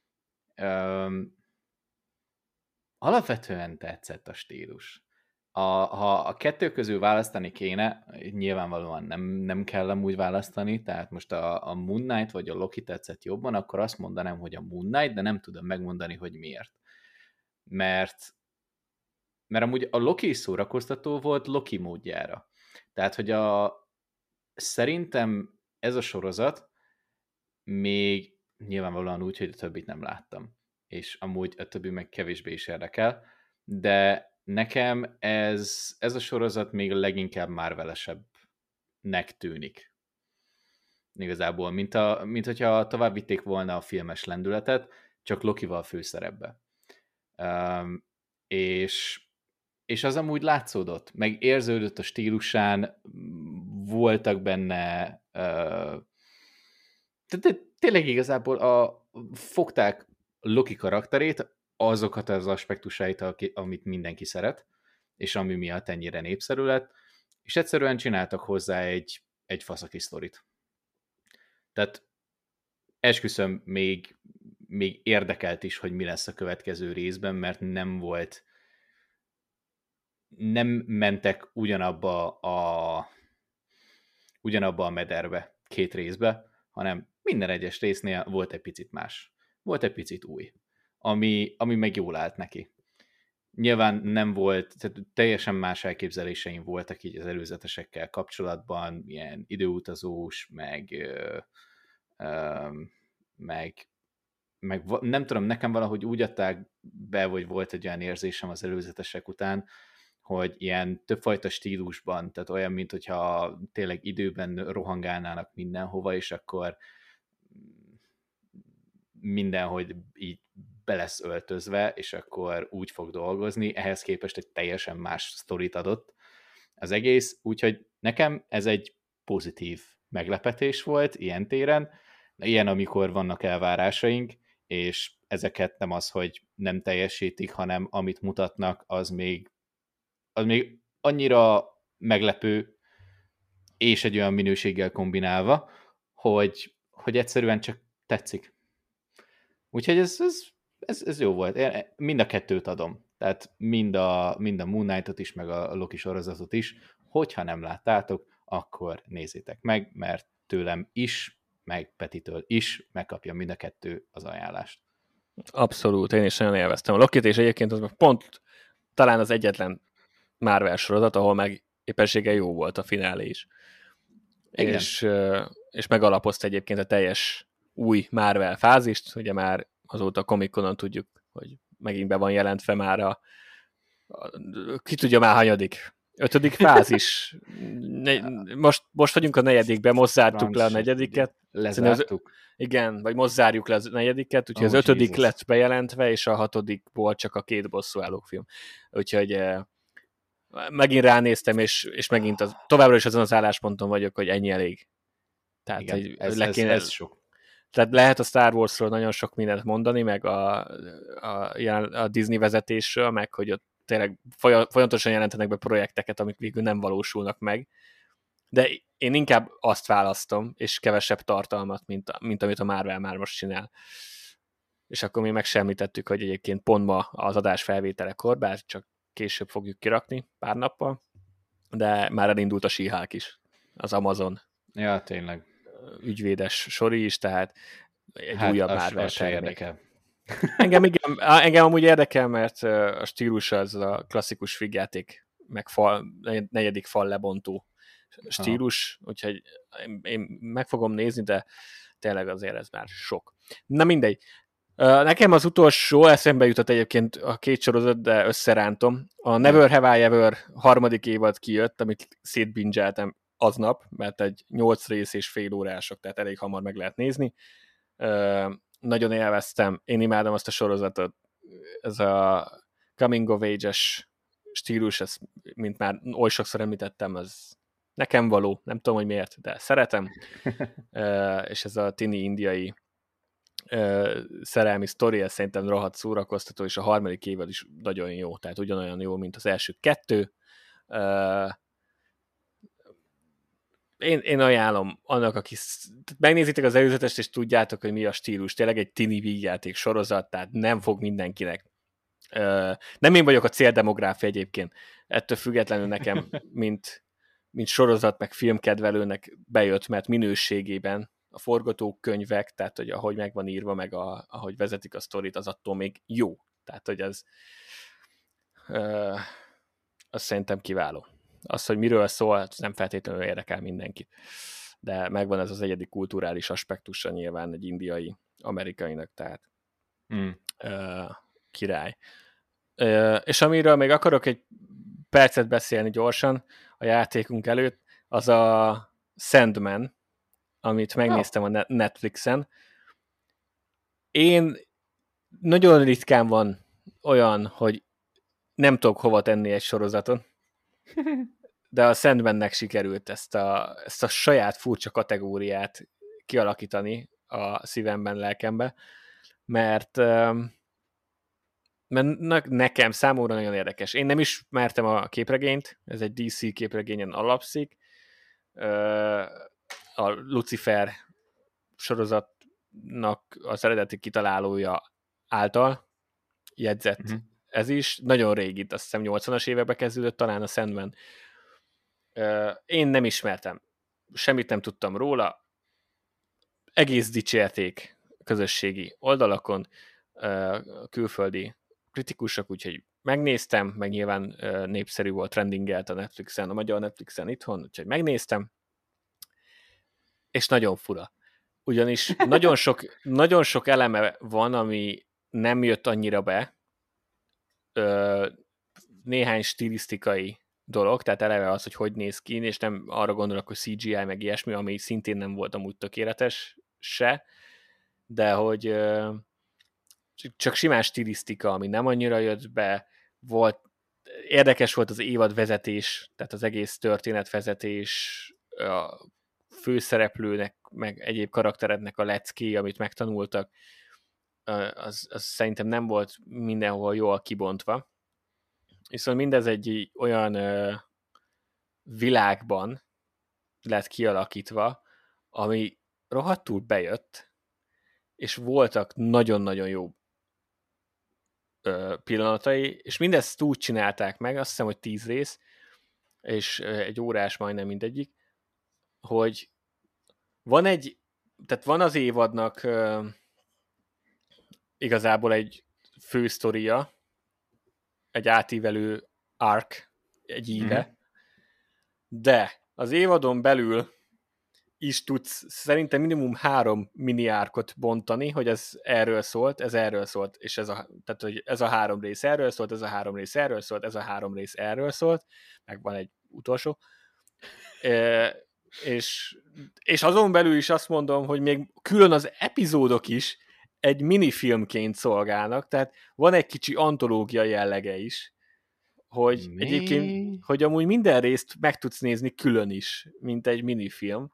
Alapvetően tetszett a stílus. Ha a 2 közül választani kéne, nyilvánvalóan nem kell amúgy választani, tehát most a Moon Knight vagy a Loki tetszett jobban, akkor azt mondanám, hogy a Moon Knight, de nem tudom megmondani, hogy miért. Mert amúgy a Loki is szórakoztató volt Loki módjára. Tehát, hogy szerintem ez a sorozat még nyilvánvalóan úgy, hogy a többit nem láttam. És amúgy a többi meg kevésbé is érdekel, de nekem ez a sorozat még leginkább Marvel-esebbnek tűnik. Igazából, mint hogyha tovább vitték volna a filmes lendületet, csak Lokival főszerepbe. És az amúgy látszódott, meg érződött a stílusán, voltak benne tényleg igazából fogták Loki karakterét, azokat az aspektusait, amit mindenki szeret, és ami miatt ennyire népszerű lett, és egyszerűen csináltak hozzá egy faszaki sztorit. Tehát esküszöm, még érdekelt is, hogy mi lesz a következő részben, mert nem mentek ugyanabba a mederbe 2 részbe, hanem minden egyes résznél volt egy picit más. Volt egy picit új, ami meg jól állt neki. Nyilván nem volt, tehát teljesen más elképzeléseim voltak így az előzetesekkel kapcsolatban, ilyen időutazós, meg nem tudom, nekem valahogy úgy adták be, vagy volt egy olyan érzésem az előzetesek után, hogy ilyen többfajta stílusban, tehát olyan, mint hogyha tényleg időben rohangálnának mindenhova, és akkor mindenhogy így be lesz öltözve, és akkor úgy fog dolgozni, ehhez képest egy teljesen más sztorit adott az egész, úgyhogy nekem ez egy pozitív meglepetés volt ilyen téren, ilyen, amikor vannak elvárásaink, és ezeket nem az, hogy nem teljesítik, hanem amit mutatnak, az még annyira meglepő, és egy olyan minőséggel kombinálva, hogy egyszerűen csak tetszik. Úgyhogy ez jó volt. Én mind a 2 adom. Tehát mind a Moon Knight-ot is, meg a Loki sorozatot is. Hogyha nem láttátok, akkor nézzétek meg, mert tőlem is, meg Petitől is megkapja mind a 2 az ajánlást. Abszolút, én is nagyon élveztem a Lokit, és egyébként az pont talán az egyetlen Marvel sorozat, ahol meg éppenséggel jó volt a finálé is. És megalapozta egyébként a teljes új Marvel fázist, ugye már azóta a Comic-Conon tudjuk, hogy megint be van jelentve már ki tudja már hanyadik. 5. fázis. Most vagyunk a negyedikben, most zártuk le a negyediket. Lezártuk? Igen, vagy most zárjuk le a negyediket, úgyhogy az 5. Jesus. lett bejelentve, és a 6. csak a 2 bosszúálló film. Úgyhogy megint ránéztem, és megint továbbra is azon az állásponton vagyok, hogy ennyi elég. Tehát, igen, hogy ez sok. Tehát lehet a Star Warsról nagyon sok mindent mondani, meg a Disney vezetésről, meg hogy ott tényleg folyamatosan jelentenek be projekteket, amik végül nem valósulnak meg. De én inkább azt választom, és kevesebb tartalmat, mint amit a Marvel már most csinál. És akkor mi megsemlítettük, hogy egyébként pont ma az adás felvételekor, bár csak később fogjuk kirakni pár nappal, de már elindult a She-Hulk is, az Amazon. Ja, tényleg. Ügyvédes sori is, tehát egy újabb Marvel termék. Engem amúgy érdekel, mert a stílus az a klasszikus figjáték, meg negyedik fal lebontó stílus, úgyhogy én meg fogom nézni, de tényleg azért ez már sok. Na mindegy. Nekem az utolsó eszembe jutott egyébként a 2 sorozat, de összerántom. A Never Have I Ever 3. évad kijött, amit szétbingeltem aznap, mert egy 8 rész és fél órások, tehát elég hamar meg lehet nézni. Nagyon élveztem, én imádom azt a sorozatot. Ez a coming of age-es stílus, ez, mint már oly sokszor említettem, az nekem való, nem tudom, hogy miért, de szeretem. És ez a tini indiai szerelmi sztori, ez szerintem rohadt szórakoztató, és a 3. évad is nagyon jó, tehát ugyanolyan jó, mint az első 2. Én ajánlom annak, aki megnézitek az előzetest, és tudjátok, hogy mi a stílus. Tényleg egy tini vígjáték sorozat, tehát nem fog mindenkinek. Nem én vagyok a céldemográfia egyébként. Ettől függetlenül nekem, mint sorozat, meg filmkedvelőnek bejött, mert minőségében a forgatókönyvek, tehát hogy ahogy meg van írva, meg ahogy vezetik a sztorit, az attól még jó. Tehát, hogy ez az szerintem kiváló. Az, hogy miről szól, nem feltétlenül érdekel mindenkit. De megvan ez az egyedi kulturális aspektusa nyilván egy indiai amerikainak, tehát király. És amiről még akarok egy percet beszélni gyorsan a játékunk előtt, az a Sandman, amit megnéztem a Netflixen. Én nagyon ritkán van olyan, hogy nem tudok hova tenni egy sorozaton, de a Sandmannek sikerült ezt a saját furcsa kategóriát kialakítani a szívemben, lelkemben, mert nekem számomra nagyon érdekes. Én nem ismertem a képregényt, ez egy DC képregényen alapszik. A Lucifer sorozatnak az eredeti kitalálója által jegyzett ez is. Nagyon rég, azt hiszem 80-as években kezdődött talán a Sandman. Én nem ismertem. Semmit nem tudtam róla. Egész dicsérték közösségi oldalakon, külföldi kritikusok, úgyhogy megnéztem, meg nyilván népszerű volt, trendingelt a Netflixen, a magyar Netflixen itthon, úgyhogy megnéztem, és nagyon fura. Ugyanis nagyon sok eleme van, ami nem jött annyira be, néhány stilisztikai dolog, tehát eleve az, hogy néz ki, és nem arra gondolok, hogy CGI meg ilyesmi, ami szintén nem volt amúgy tökéletes se, de hogy csak simán stilisztika, ami nem annyira jött be, érdekes volt az évad vezetés, tehát az egész történetvezetés, a főszereplőnek, meg egyéb karaktereknek a lecké, amit megtanultak, az szerintem nem volt mindenhol jól kibontva. Viszont mindez egy olyan világban lett kialakítva, ami rohadtul bejött, és voltak nagyon-nagyon jó pillanatai, és mindezt úgy csinálták meg, azt hiszem, hogy 10 rész, és egy órás majdnem mindegyik, hogy van az évadnak igazából egy fősztoria, egy átívelő arc, egy íve, de az évadon belül is tudsz szerintem minimum 3 mini árkot bontani, hogy ez erről szólt, és tehát, hogy ez a 3 rész erről szólt, ez a 3 rész erről szólt, ez a 3 rész erről szólt, meg van egy utolsó. És azon belül is azt mondom, hogy még külön az epizódok is egy minifilmként szolgálnak, tehát van egy kicsi antológia jellege is, hogy egyébként, hogy amúgy minden részt meg tudsz nézni külön is, mint egy minifilm.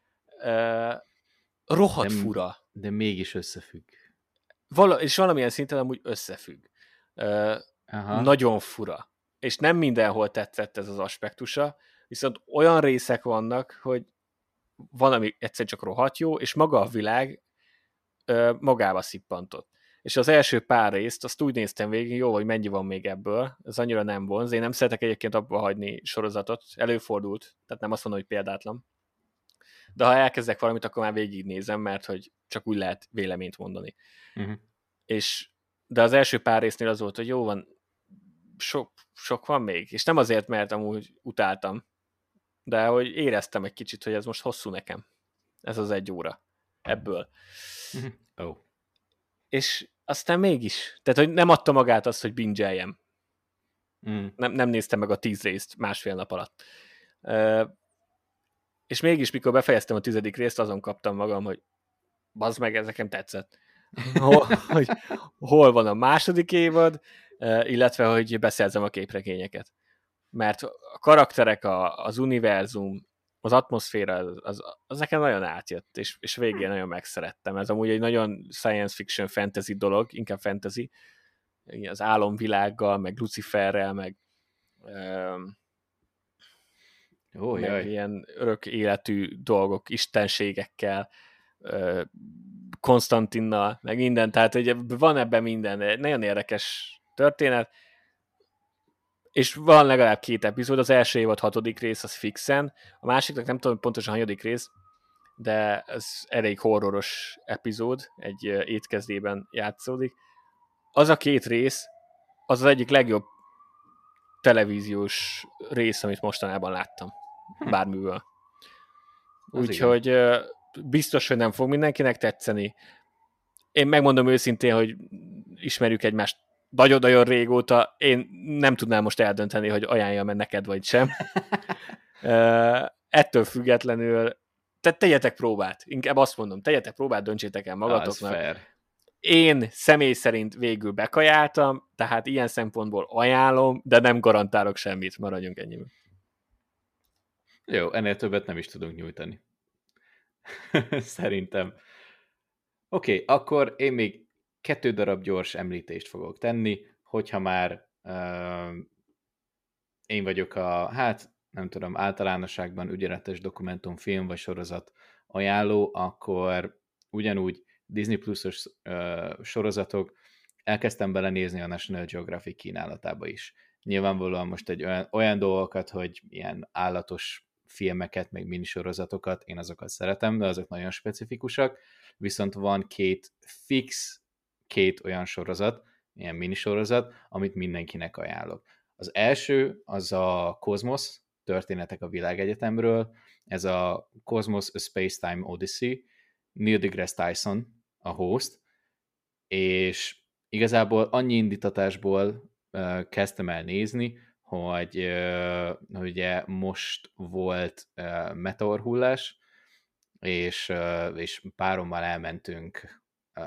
Rohadt fura. De mégis összefügg. És valamilyen szinten amúgy összefügg. Nagyon fura. És nem mindenhol tetszett ez az aspektusa, viszont olyan részek vannak, hogy van, ami egyszer csak rohadt jó, és maga a világ magába szippantott. És az első pár részt, azt úgy néztem végig, jó, hogy mennyi van még ebből, ez annyira nem vonz. Én nem szeretek egyébként abba hagyni sorozatot, előfordult, tehát nem azt mondom, hogy példátlan. De ha elkezdek valamit, akkor már végignézem, mert hogy csak úgy lehet véleményt mondani. De az első pár résznél az volt, hogy jó van, sok van még, és nem azért, mert amúgy utáltam, de hogy éreztem egy kicsit, hogy ez most hosszú nekem. Ez az 1 óra ebből. Oh. És aztán mégis. Tehát, hogy nem adta magát azt, hogy binge-eljem. Nem néztem meg a 10 részt 1,5 nap alatt. És mégis, mikor befejeztem a 10. részt, azon kaptam magam, hogy bazd meg, ez nekem tetszett. Hogy hol van a második évad, illetve, hogy beszerzem a képregényeket. Mert a karakterek, az univerzum, az atmoszféra, az nekem nagyon átjött, és végén nagyon megszerettem. Ez amúgy egy nagyon science fiction fantasy dolog, inkább fantasy, az álomvilággal, meg Luciferrel, meg ilyen örök életű dolgok, istenségekkel, Konstantinnal, meg minden, tehát hogy van ebben minden, nagyon érdekes történet, és van legalább 2 epizód, az első évad 6. rész, az fixen, a másiknak nem tudom pontosan hanyadik rész, de ez elég horroros epizód, egy étkezdében játszódik. Az a 2 rész, az egyik legjobb televíziós rész, amit mostanában láttam. Bármiből. Úgyhogy biztos, hogy nem fog mindenkinek tetszeni. Én megmondom őszintén, hogy ismerjük egymást nagyon-nagyon régóta, én nem tudnám most eldönteni, hogy ajánljam-e neked, vagy sem. Ettől függetlenül tegyetek próbát. Inkább azt mondom, tegyetek próbát, döntsétek el magatoknak. Én személy szerint végül bekajáltam, tehát ilyen szempontból ajánlom, de nem garantálok semmit, maradjunk ennyiben. Jó, ennél többet nem is tudunk nyújtani. Szerintem. Oké, akkor én még 2 darab gyors említést fogok tenni, hogyha már én vagyok nem tudom, általánosságban ügyeletes dokumentumfilm vagy sorozat ajánló, akkor ugyanúgy Disney Plus-os sorozatok, elkezdtem belenézni a National Geographic kínálatába is. Nyilvánvalóan most egy olyan dolgokat, hogy ilyen állatos filmeket, meg minisorozatokat, én azokat szeretem, de azok nagyon specifikusak, viszont van 2 olyan sorozat, ilyen minisorozat, amit mindenkinek ajánlok. Az első, az a Cosmos, történetek a világegyetemről, ez a Cosmos A Space-Time Odyssey, Neil deGrasse Tyson a host, és igazából annyi indítatásból kezdtem el nézni, hogy ugye most volt meteorhullás, és párommal elmentünk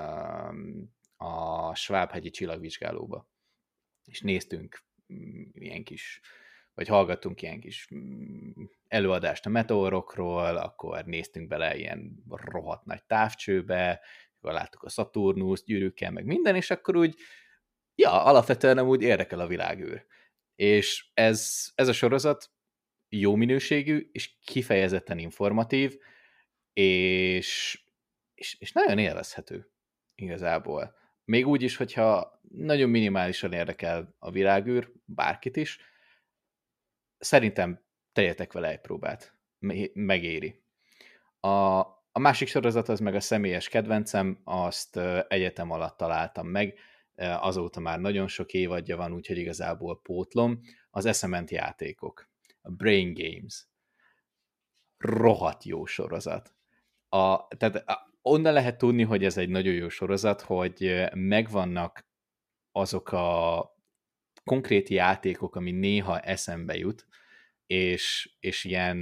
a Schwab-hegyi csillagvizsgálóba, és néztünk ilyen kis, vagy hallgattunk ilyen kis előadást a meteorokról, akkor néztünk bele ilyen rohadt nagy távcsőbe, akkor láttuk a Saturnust gyűrűkkel, meg minden, és akkor úgy, alapvetően nem úgy érdekel a világűr. És ez a sorozat jó minőségű, és kifejezetten informatív, és nagyon élvezhető igazából. Még úgy is, hogyha nagyon minimálisan érdekel a világűr, bárkit is, szerintem tegyetek vele egy próbát. Megéri. A másik sorozat az meg a személyes kedvencem, azt egyetem alatt találtam meg, azóta már nagyon sok évadja van, úgyhogy igazából pótlom, az eszement játékok, a Brain Games. rohadt jó sorozat. Onnan lehet tudni, hogy ez egy nagyon jó sorozat, hogy megvannak azok a konkrét játékok, ami néha eszembe jut, és ilyen,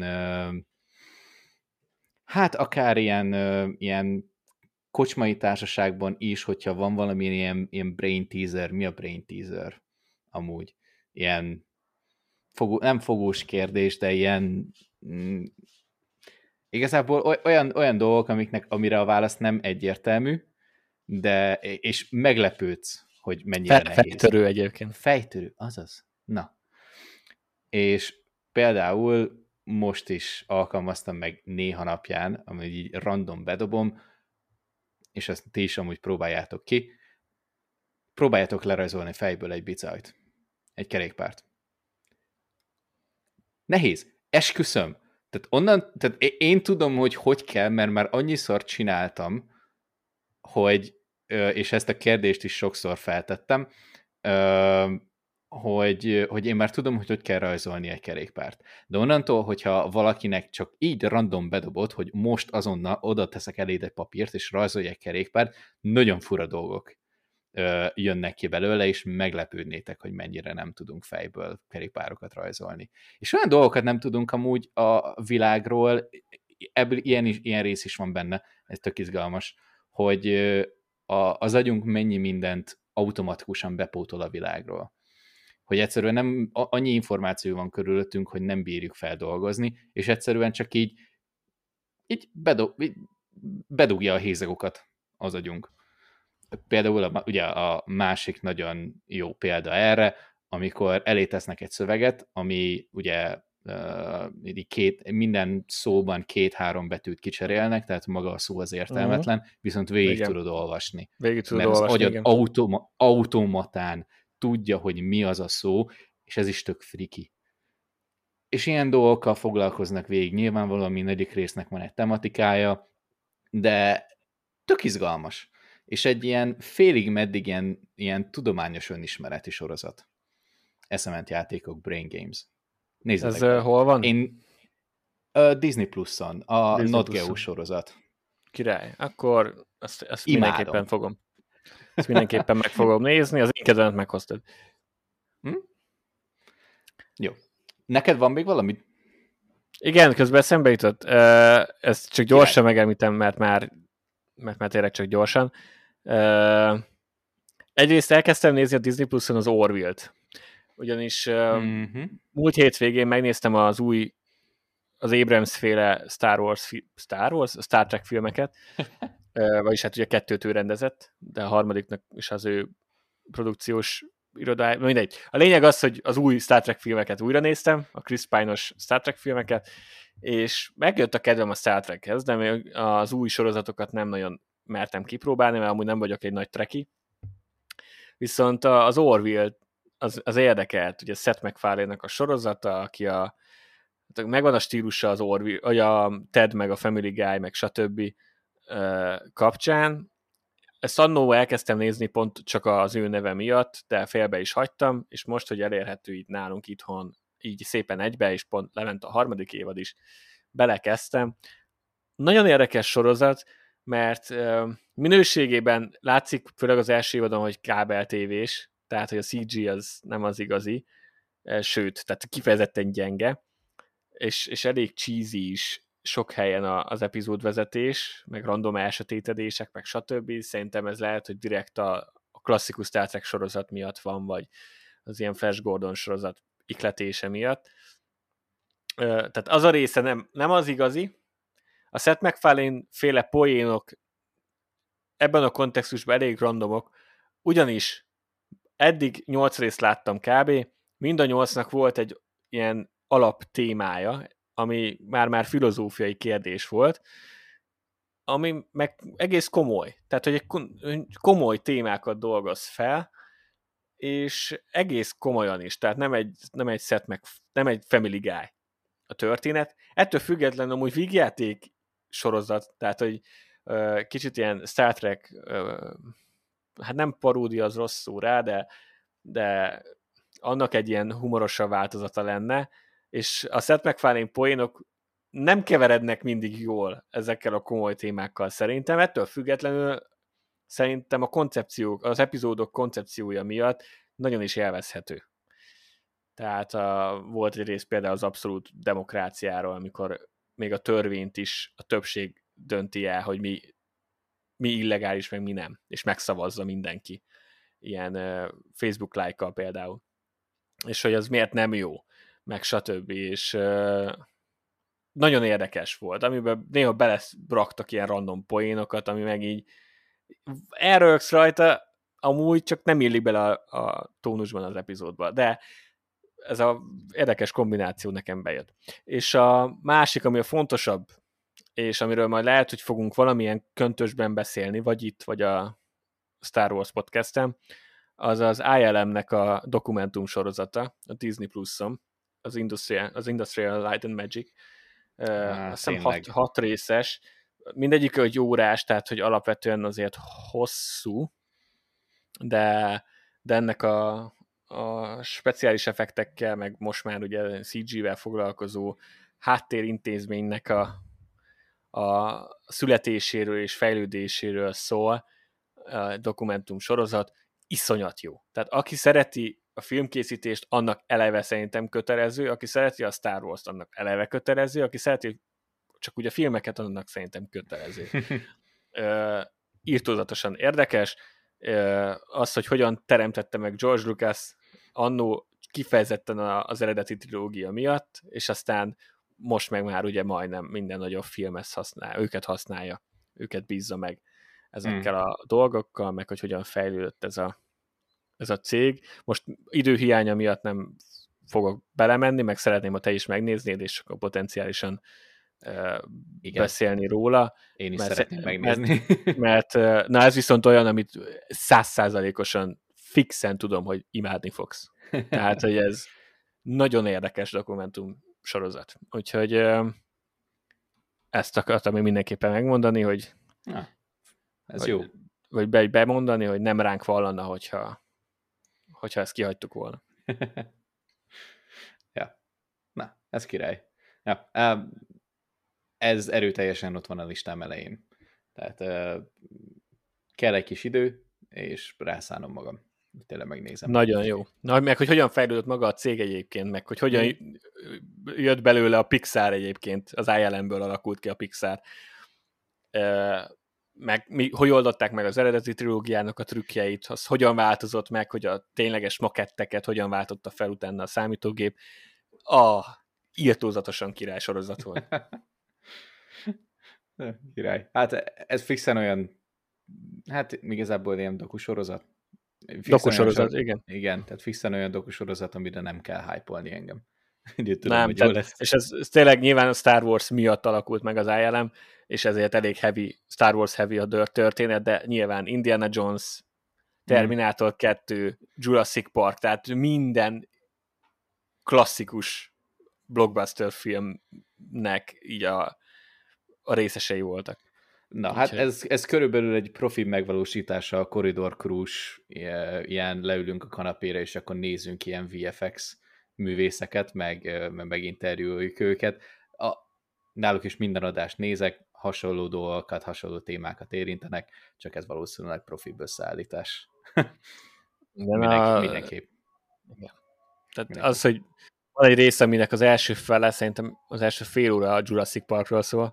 hát akár ilyen kocsmai társaságban is, hogyha van valami ilyen brain teaser, mi a brain teaser amúgy? Ilyen nem fogós kérdés, de ilyen igazából olyan dolgok, amire a válasz nem egyértelmű, és meglepődsz, hogy mennyire nehéz. Fejtörő egyébként. Fejtörő, azaz. Na. És például most is alkalmaztam meg néha napján, amit így random bedobom, és ezt ti is amúgy próbáljátok ki. Próbáljátok lerajzolni fejből egy bicajt. Egy kerékpárt. Nehéz. Esküszöm. Tehát én tudom, hogy kell, mert már annyiszor csináltam, és ezt a kérdést is sokszor feltettem, hogy én már tudom, hogy kell rajzolni egy kerékpárt. De onnantól, hogyha valakinek csak így random bedobott, hogy most azonnal oda teszek eléd egy papírt, és rajzolj egy kerékpárt, nagyon fura dolgok jönnek ki belőle, és meglepődnétek, hogy mennyire nem tudunk fejből kerékpárokat rajzolni. És olyan dolgokat nem tudunk amúgy a világról, ebből ilyen rész is van benne, ez tök izgalmas, hogy az agyunk mennyi mindent automatikusan bepótol a világról. Hogy egyszerűen nem annyi információ van körülöttünk, hogy nem bírjuk feldolgozni, és egyszerűen csak így bedugja a hézagokat az agyunk. Például ugye a másik nagyon jó példa erre, amikor elé tesznek egy szöveget, ami ugye minden szóban 2-3 betűt kicserélnek, tehát maga a szó az értelmetlen, viszont végig tudod olvasni. Mert az agyad automatán tudja, hogy mi az a szó, és ez is tök friki. És ilyen dolgokkal foglalkoznak végig. Nyilvánvalóan mindegyik résznek van egy tematikája, de tök izgalmas. És egy ilyen félig meddig ilyen tudományos önismereti sorozat. Eszement játékok, Brain Games. Nézzetek. Ez hol van? Én Disney Plus-on, a Not Geo sorozat. Király. Akkor azt mindenképpen fogom. Ezt mindenképpen meg fogom nézni, az én kedvemet meghoztad. Jó. Neked van még valami? Igen, közben eszembe jutott. Ezt csak gyorsan megemlítem, mert már tényleg csak gyorsan. Egyrészt elkezdtem nézni a Disney Plus-on az Orville-t. Ugyanis múlt hétvégén megnéztem az Abrams-féle Star Trek filmeket, vagyis hát ugye 2-t ő rendezett, de a harmadiknak is az ő produkciós irodája, mindegy. A lényeg az, hogy az új Star Trek filmeket újra néztem, a Chris Pine-os Star Trek filmeket, és megjött a kedvem a Star Trekhez, de még az új sorozatokat nem nagyon mertem kipróbálni, mert amúgy nem vagyok egy nagy treki. Viszont az Orville az érdekelt, ugye Seth MacFarlane-nak a sorozata, aki megvan a stílusa az Orville, vagy a Ted, meg a Family Guy, meg stb. Kapcsán. Ezt annó elkezdtem nézni pont csak az ő neve miatt, de félbe is hagytam, és most, hogy elérhető itt nálunk itthon, így szépen egybe, és pont lement a 3. évad is, belekezdtem. Nagyon érdekes sorozat, mert minőségében látszik, főleg az első évadon, hogy kábel tévés, tehát, hogy a CG az nem az igazi, sőt, tehát kifejezetten gyenge, és elég cheesy is sok helyen az epizódvezetés, meg random elsötétedések, meg stb. Szerintem ez lehet, hogy direkt a klasszikus Star Trek sorozat miatt van, vagy az ilyen Flash Gordon sorozat ikletése miatt. Tehát az a része nem az igazi. A Seth MacFarlane féle poénok ebben a kontextusban elég randomok, ugyanis eddig 8 részt láttam kb. Mind a 8-nak volt egy ilyen alaptémája, ami már filozófiai kérdés volt, ami meg egész komoly. Tehát, hogy egy komoly témákat dolgoz fel, és egész komolyan is. Tehát nem egy Family Guy a történet. Ettől függetlenül amúgy vígjáték sorozat, tehát, hogy kicsit ilyen Star Trek, hát nem paródia, az rossz szó rá, de annak egy ilyen humorosabb változata lenne, és a Seth MacFarlane poénok nem keverednek mindig jól ezekkel a komoly témákkal szerintem. Ettől függetlenül szerintem a koncepciók, az epizódok koncepciója miatt nagyon is élvezhető. Tehát volt egy rész például az abszolút demokráciáról, amikor még a törvényt is a többség dönti el, hogy mi illegális, meg mi nem, és megszavazza mindenki. Ilyen Facebook like-kal például. És hogy az miért nem jó, meg stb. És nagyon érdekes volt, amiben néha belebraktak ilyen random poénokat, ami meg így elrögsz rajta, amúgy csak nem illik bele a tónusban az epizódba, de ez a érdekes kombináció nekem bejött. És a másik, ami a fontosabb, és amiről majd lehet, hogy fogunk valamilyen köntösben beszélni, vagy itt, vagy a Star Wars podcasten, az az ILM-nek a dokumentum sorozata, a Disney Plus-on, az Industrial Light and Magic. Azt hiszem 6 részes, mindegyik egy órás, tehát hogy alapvetően azért hosszú, de ennek a speciális effektekkel, meg most már ugye CG-vel foglalkozó háttérintézménynek a születéséről és fejlődéséről szól a dokumentum sorozat, iszonyat jó. Tehát aki szereti a filmkészítést, annak eleve szerintem kötelező, aki szereti a Star Wars-t, annak eleve kötelező, aki szereti csak ugye a filmeket, annak szerintem kötelező. Írtózatosan érdekes, az, hogy hogyan teremtette meg George Lucas annó kifejezetten az eredeti trilógia miatt, és aztán most meg már ugye majdnem minden nagyobb film használja, őket bízza meg ezekkel a dolgokkal, meg hogy hogyan fejlődött ez a cég. Most időhiánya miatt nem fogok belemenni, meg szeretném, ha te is megnéznéd, és akkor potenciálisan beszélni róla. Én is szeretném megnézni. Mert na ez viszont olyan, amit 100%-osan fixen tudom, hogy imádni fogsz. Tehát, hogy ez nagyon érdekes dokumentum sorozat. Úgyhogy ezt akartam még mindenképpen megmondani, hogy ez jó. Vagy bemondani, hogy nem ránk vallana, hogyha ezt kihagytuk volna. Ja. Na, ez király. Ja. Ez erőteljesen ott van a listám elején. Tehát kell egy kis idő, és rászánom magam. Tényleg megnézem. Nagyon jó. Na, meg hogy hogyan fejlődött maga a cég egyébként, meg hogy hogyan jött belőle a Pixar egyébként, az ILM-ből alakult ki a Pixar. Meg hogy oldották meg az eredeti trilógiának a trükkjeit, az hogyan változott meg, hogy a tényleges maketteket hogyan váltotta fel utána a számítógép. Írtózatosan király sorozat volt. Király. Hát ez fixen olyan, hát igazából ilyen dokusorozat. Dokusorozat, igen. Igen, tehát fixen olyan dokusorozat, amire nem kell hype-olni engem. Tudom, nem, tehát, lesz. És ez tényleg nyilván a Star Wars miatt alakult meg az ILM, és ezért elég heavy, Star Wars heavy a történet, de nyilván Indiana Jones, Terminator 2, Jurassic Park, tehát minden klasszikus blockbuster filmnek így a részesei voltak. Na, hát ez körülbelül egy profi megvalósítása a Corridor Cruise, ilyen leülünk a kanapére, és akkor nézzünk ilyen VFX művészeket, meg interjúoljuk őket. Náluk is minden adást nézek, hasonló dolgokat, hasonló témákat érintenek, csak ez valószínűleg profibb összeállítás. Mindenképp. Igen. Tehát mindenképp. Az, hogy van egy része, aminek az első fele, szerintem az első fél óra a Jurassic Parkról szól,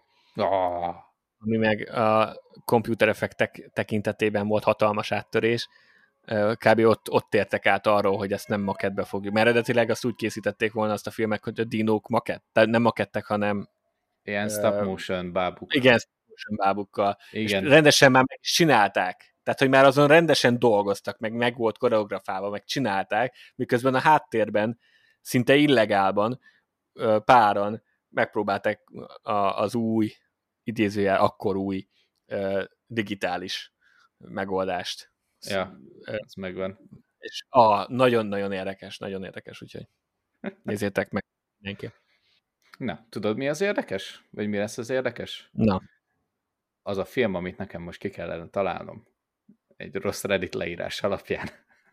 ami meg a komputereffektek tekintetében volt hatalmas áttörés. Kb. ott értek át arról, hogy ezt nem makettbe fogjuk. Mert eredetileg azt úgy készítették volna azt a filmek, hogy a dinók tehát nem makettek, hanem ilyen stop motion bábukkal. Igen, stop motion bábukkal. Igen. És rendesen már meg csinálták. Tehát, hogy már azon rendesen dolgoztak, meg volt koreografálva, meg csinálták, miközben a háttérben szinte illegálban páran megpróbálták az új, idézőjel akkor új digitális megoldást. Ja, ez megvan. És nagyon-nagyon érdekes, úgyhogy nézzétek meg mindenki. Na, tudod mi az érdekes? Vagy mi lesz az érdekes? Na. Az a film, amit nekem most ki kellene találnom. Egy rossz Reddit leírás alapján.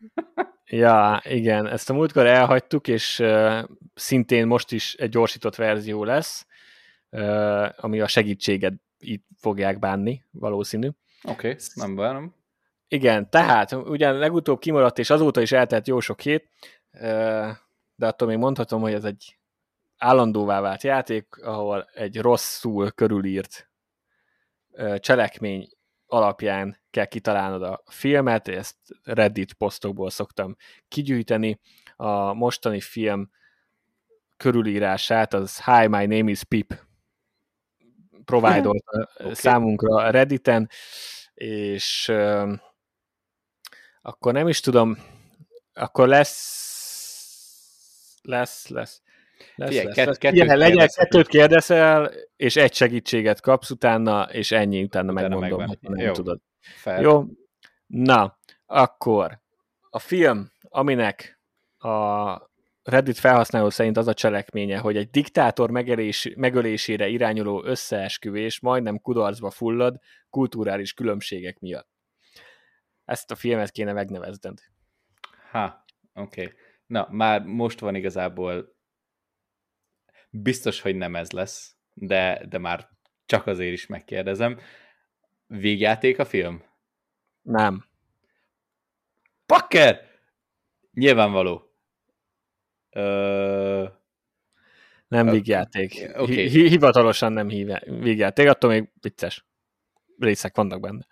Ja, igen, ezt a múltkor elhagytuk, és szintén most is egy gyorsított verzió lesz. ami a segítséget itt fogják bánni, valószínű. Oké, nem bánom. Igen, tehát ugyan legutóbb kimaradt, és azóta is eltelt jó sok hét, de attól még mondhatom, hogy ez egy állandóvá vált játék, ahol egy rosszul körülírt cselekmény alapján kell kitalálnod a filmet, ezt Reddit posztokból szoktam kigyűjteni. A mostani film körülírását az Hi, my name is Pip providolta számunkra Redditen, és akkor nem is tudom, akkor lesz. Kettőt kérdezel, és egy segítséget kapsz utána, és ennyi, utána megmondom, hogy nem jó, tudod. Fair. Jó? Na, akkor a film, aminek a Reddit felhasználó szerint az a cselekménye, hogy egy diktátor megölésére irányuló összeesküvés majdnem kudarcba fullad kulturális különbségek miatt. Ezt a filmet kéne megnevezned. Oké. Na, már most van igazából biztos, hogy nem ez lesz, de már csak azért is megkérdezem. Végjáték a film? Nem. Pakker! Nyilvánvaló. Nem vígjáték. Okay. Hivatalosan nem vígjáték, attól még vicces részek vannak benne.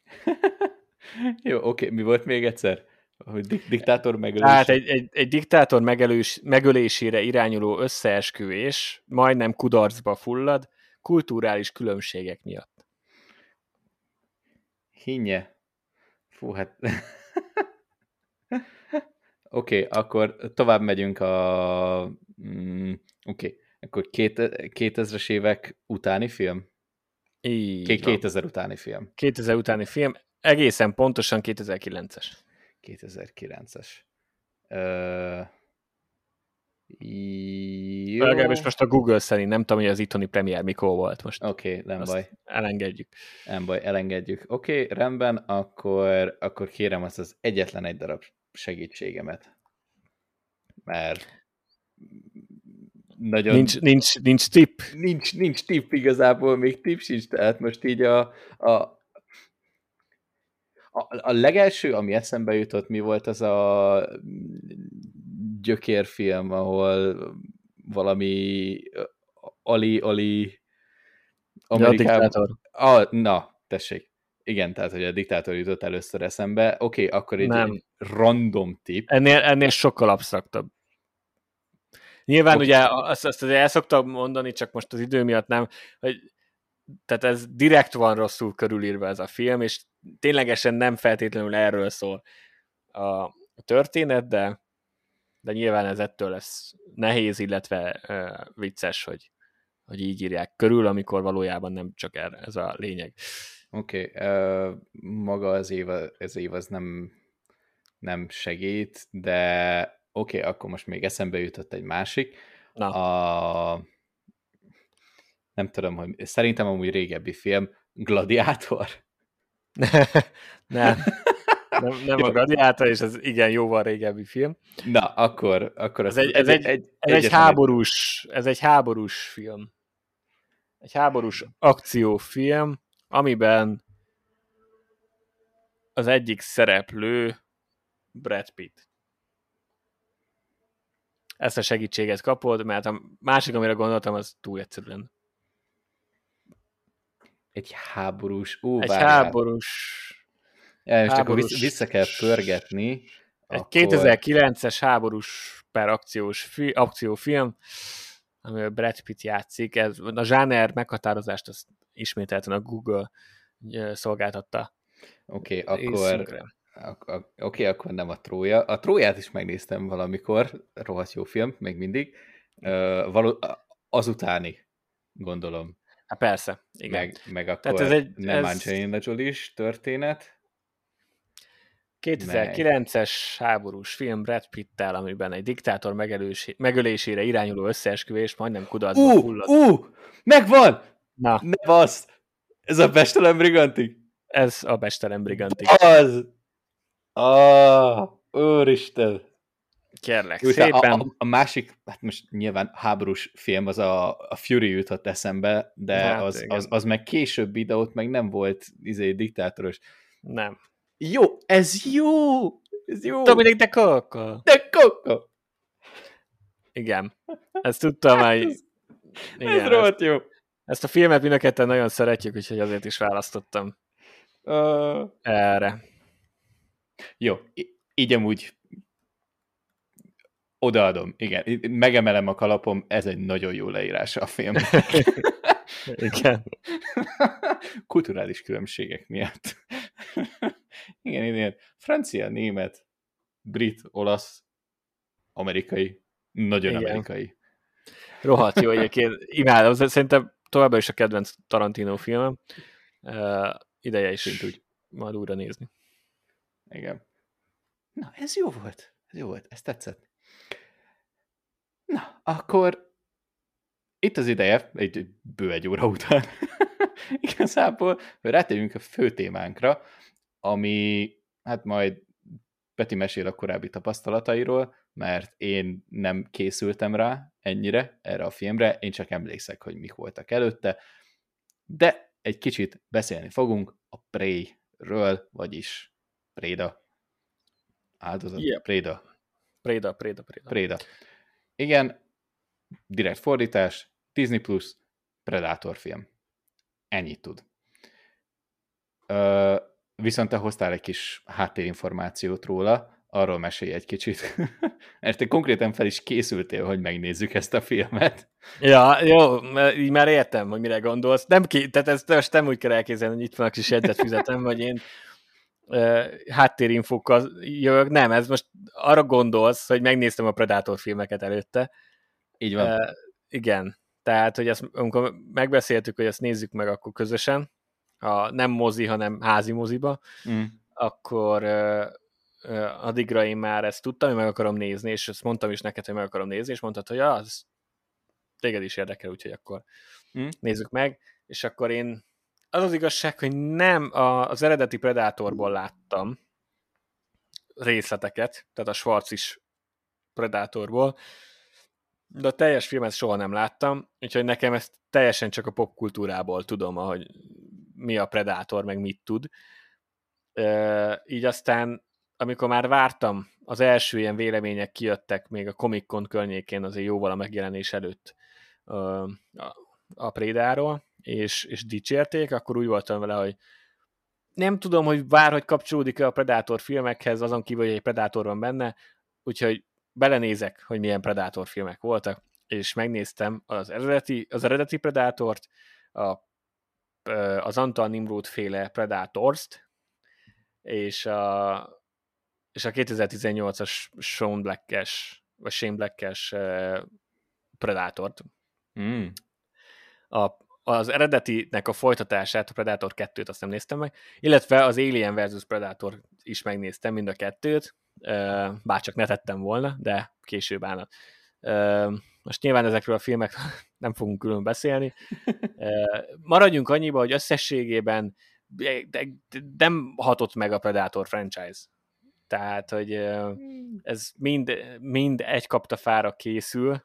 Jó, oké. Mi volt még egyszer? Hogy diktátor megölés? Tehát egy diktátor megölésére irányuló összeesküvés majdnem kudarcba fullad kulturális különbségek miatt. Hinnye. Fú, hát... Oké, akkor tovább megyünk akkor 2000-es évek utáni film? 2000 utáni film. 2000 utáni film, egészen pontosan 2009-es. 2009-es. Legalábbis most a Google szerint, nem tudom, hogy az itthoni premier mikor volt most. Oké, nem baj. Elengedjük. Nem baj, elengedjük. Oké, rendben, akkor kérem azt az egyetlen egy darab segítségemet. Mert nagyon... Nincs tipp? Nincs tipp igazából, még tipp sincs, tehát most így a legelső, ami eszembe jutott, mi volt az a gyökérfilm, ahol valami Ali Amerikában... Na, tessék. Igen, tehát, hogy a diktátor jutott először eszembe. Oké, akkor egy random tip. Ennél sokkal absztraktabb. Nyilván ugye azt azért el szoktam mondani, csak most az idő miatt nem, hogy tehát ez direkt van rosszul körülírva ez a film, és ténylegesen nem feltétlenül erről szól a történet, de nyilván ez ettől lesz nehéz, illetve vicces, hogy így írják körül, amikor valójában nem csak ez a lényeg. Oké, maga az év az nem segít, de oké, akkor most még eszembe jutott egy másik. Nem tudom, hogy szerintem amúgy régebbi film, Gladiátor. Nem a Gladiátor, és ez igen jóval régebbi film. Na, akkor ez egy háborús film. Egy háborús akciófilm, amiben az egyik szereplő Brad Pitt. Ezt a segítséget kapod, mert a másik, amire gondoltam, az túl egyszerű lenne. Egy háborús... Most akkor vissza kell pörgetni. Egy 2009-es háborús per akciófilm, amivel Brad Pitt játszik. A zsáner meghatározást azt ismételten a Google szolgáltatta. Oké, akkor nem a Trója. A Tróját is megnéztem valamikor, rohadt jó film, még mindig. Azutáni, gondolom. Hát persze, igen. Meg akkor nem Angelina Jolie-s történet. 2009-es háborús film Brad Pitt-tel, amiben egy diktátor megölésére irányuló összeesküvés majdnem kudarcba fullad. Megvan! Na. Ne basz! Ez a Bestelen Brigantik? Ez a Bestelen Brigantik. Az! Úristen! Kérlek Jó, szépen. a másik, hát most nyilván háborús film, az a Fury jutott eszembe, de Hát igen. az meg később ide, ott meg nem volt diktátoros. Nem. Jó, ez jó! Ez jó! Dominik de Coco. De Coco! Igen. Ezt tudtam Hát már. ez Igen, rohadt jó. ezt a filmet mind a ketten nagyon szeretjük, úgyhogy azért is választottam erre. Jó, így amúgy odaadom, igen. Megemelem a kalapom, ez egy nagyon jó leírása a film. Igen. Kulturális különbségek miatt. Igen. Francia, német, brit, olasz, amerikai, nagyon Igen. amerikai. Rohadt jó egyébként. Imádom, szerintem továbbá is a kedvenc Tarantino filmem. Ideje is Úgy. majd újra nézni. Igen. Na, ez jó volt. Ez tetszett. Na, akkor itt az ideje, bő egy óra után, igazából, hogy rátérjünk a fő témánkra, ami, hát majd Peti mesél a korábbi tapasztalatairól, mert én nem készültem rá ennyire, erre a filmre, én csak emlékszek, hogy mik voltak előtte, de egy kicsit beszélni fogunk a Prey-ről, vagyis Préda. Áldozat? Yep. Préda. Igen, direkt fordítás, Disney Plus, Predator film. Ennyit tud. Viszont te hoztál egy kis háttérinformációt róla, arról mesélj egy kicsit. Mert te konkrétan fel is készültél, hogy megnézzük ezt a filmet. Ja, jó, így már értem, hogy mire gondolsz. Tehát ezt most nem úgy kell elképzelni, hogy itt van a kis jegyzetfüzetem, vagy én háttérinfókkal jövök. Nem, ez most arra gondolsz, hogy megnéztem a Predator filmeket előtte. Így van. Igen, tehát, hogy ezt, amikor megbeszéltük, hogy ezt nézzük meg akkor közösen, nem mozi, hanem házi moziba, akkor addigra én már ezt tudtam, hogy meg akarom nézni, és ezt mondtam is neked, hogy meg akarom nézni, és mondtad, hogy az téged is érdekel, úgyhogy akkor nézzük meg, és akkor én az igazság, hogy nem az eredeti Predatorból láttam részleteket, tehát a Schwarzis Predatorból, de a teljes filmet soha nem láttam, úgyhogy nekem ezt teljesen csak a popkultúrából tudom, hogy mi a Predator, meg mit tud. Így aztán, amikor már vártam, az első ilyen vélemények kijöttek még a Comic-Con környékén, azért jóval a megjelenés előtt a Prédáról, és dicsérték, akkor úgy voltam vele, hogy nem tudom, hogy hogy kapcsolódik-e a Predator filmekhez, azon kívül, hogy egy Predator van benne, úgyhogy belenézek, hogy milyen Predator filmek voltak, és megnéztem az eredeti Predatort, az Antal Nimrod féle Predators-t, és a 2018-as Shane Black-es Predatort. Az eredetinek a folytatását, a Predator 2-t azt nem néztem meg, illetve az Alien vs. Predator is megnéztem, mind a kettőt, bárcsak ne tettem volna, de később állna. Most nyilván ezekről a filmek nem fogunk külön beszélni. Maradjunk annyiba, hogy összességében nem hatott meg a Predator franchise. Tehát, hogy ez mind egy kaptafára készül,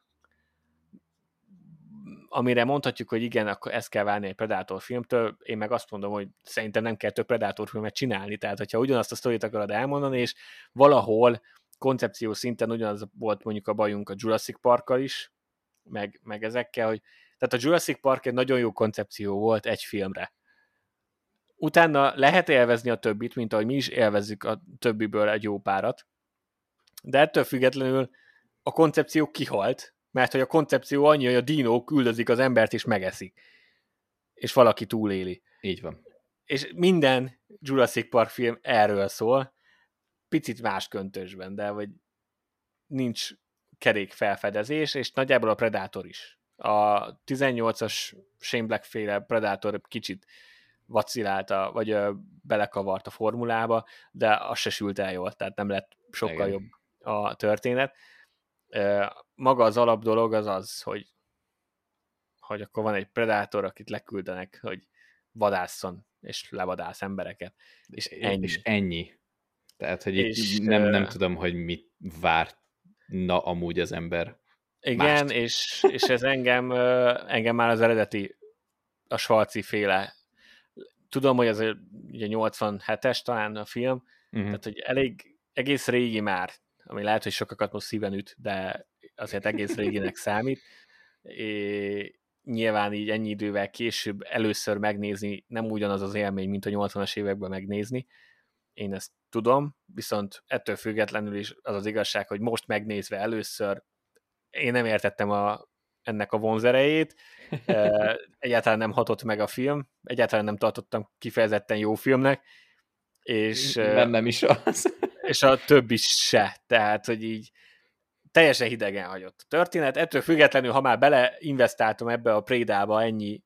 amire mondhatjuk, hogy igen, akkor ezt kell várni egy Predator filmtől, én meg azt mondom, hogy szerintem nem kell több Predator filmet csinálni, tehát hogyha ugyanazt a sztorit akarod elmondani, és valahol koncepció szinten ugyanaz volt mondjuk a bajunk a Jurassic Parkkal is, meg ezekkel, hogy tehát a Jurassic Park egy nagyon jó koncepció volt egy filmre. Utána lehet élvezni a többit, mint ahogy mi is élvezzük a többiből egy jó párat, de ettől függetlenül a koncepció kihalt, mert hogy a koncepció annyi, hogy a dinók üldözik az embert és megeszik. És valaki túléli. Így van. És minden Jurassic Park film erről szól, picit más köntösben, de hogy nincs kerék felfedezés, és nagyjából a Predator is. A 18-as Shane Black féle Predator kicsit vacilálta, vagy belekavart a formulába, de az se sült el jól, tehát nem lett sokkal jobb a történet. Maga az alap dolog az, hogy akkor van egy Predator, akit leküldenek, hogy vadásszon, és levadász embereket. És ennyi. És ennyi. Tehát, hogy itt nem tudom, hogy mit várt na amúgy az ember Igen, mást. és ez engem már az eredeti, a Schwarzi féle. Tudom, hogy ez ugye 87-es talán a film, Uh-huh. tehát hogy egész régi már, ami lehet, hogy sokakat most szíven üt, de azért egész réginek számít. Nyilván így ennyi idővel később először megnézni nem ugyanaz az élmény, mint a 80-as években megnézni. Én ezt tudom, viszont ettől függetlenül is az az igazság, hogy most megnézve először én nem értettem ennek a vonzerejét, egyáltalán nem hatott meg a film, egyáltalán nem tartottam kifejezetten jó filmnek, és, Mert nem is az. és a többi se, tehát, hogy így teljesen hidegen hagyott a történet. Ettől függetlenül, ha már beleinvestáltam ebbe a Prédába ennyi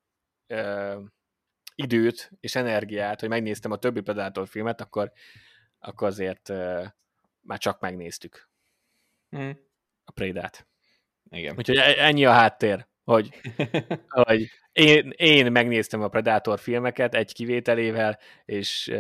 időt és energiát, hogy megnéztem a többi Predator filmet, akkor azért már csak megnéztük a Prédát. Igen. Úgyhogy ennyi a háttér, hogy én megnéztem a Predator filmeket egy kivételével, és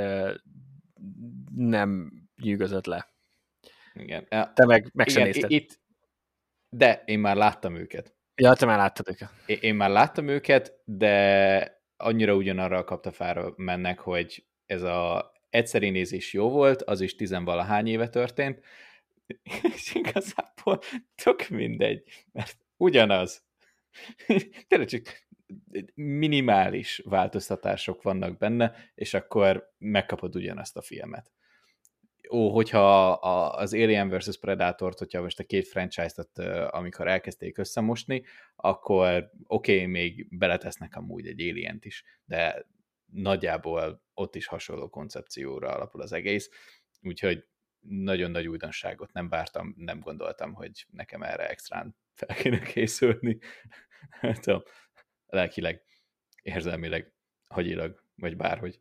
nem nyűgözött le. Igen. Te meg sem Igen, nézted. de én már láttam őket. Ja, te már láttad őket. Én már láttam őket, de annyira ugyanarra a kaptafára mennek, hogy ez a egyszeri nézés jó volt, az is tizenvalahány éve történt, és igazából tök mindegy, mert ugyanaz. Tényleg csak minimális változtatások vannak benne, és akkor megkapod ugyanazt a filmet. Hogyha az Alien vs. Predatort, hogyha most a két franchise-t, amikor elkezdték összemosni, akkor oké, még beletesznek amúgy egy Alien-t is, de nagyjából ott is hasonló koncepcióra alapul az egész, úgyhogy nagyon nagy újdonságot nem vártam, nem gondoltam, hogy nekem erre extrán fel kéne készülni. Nem tudom, lelkileg, érzelmileg, hagyilag, vagy bárhogy.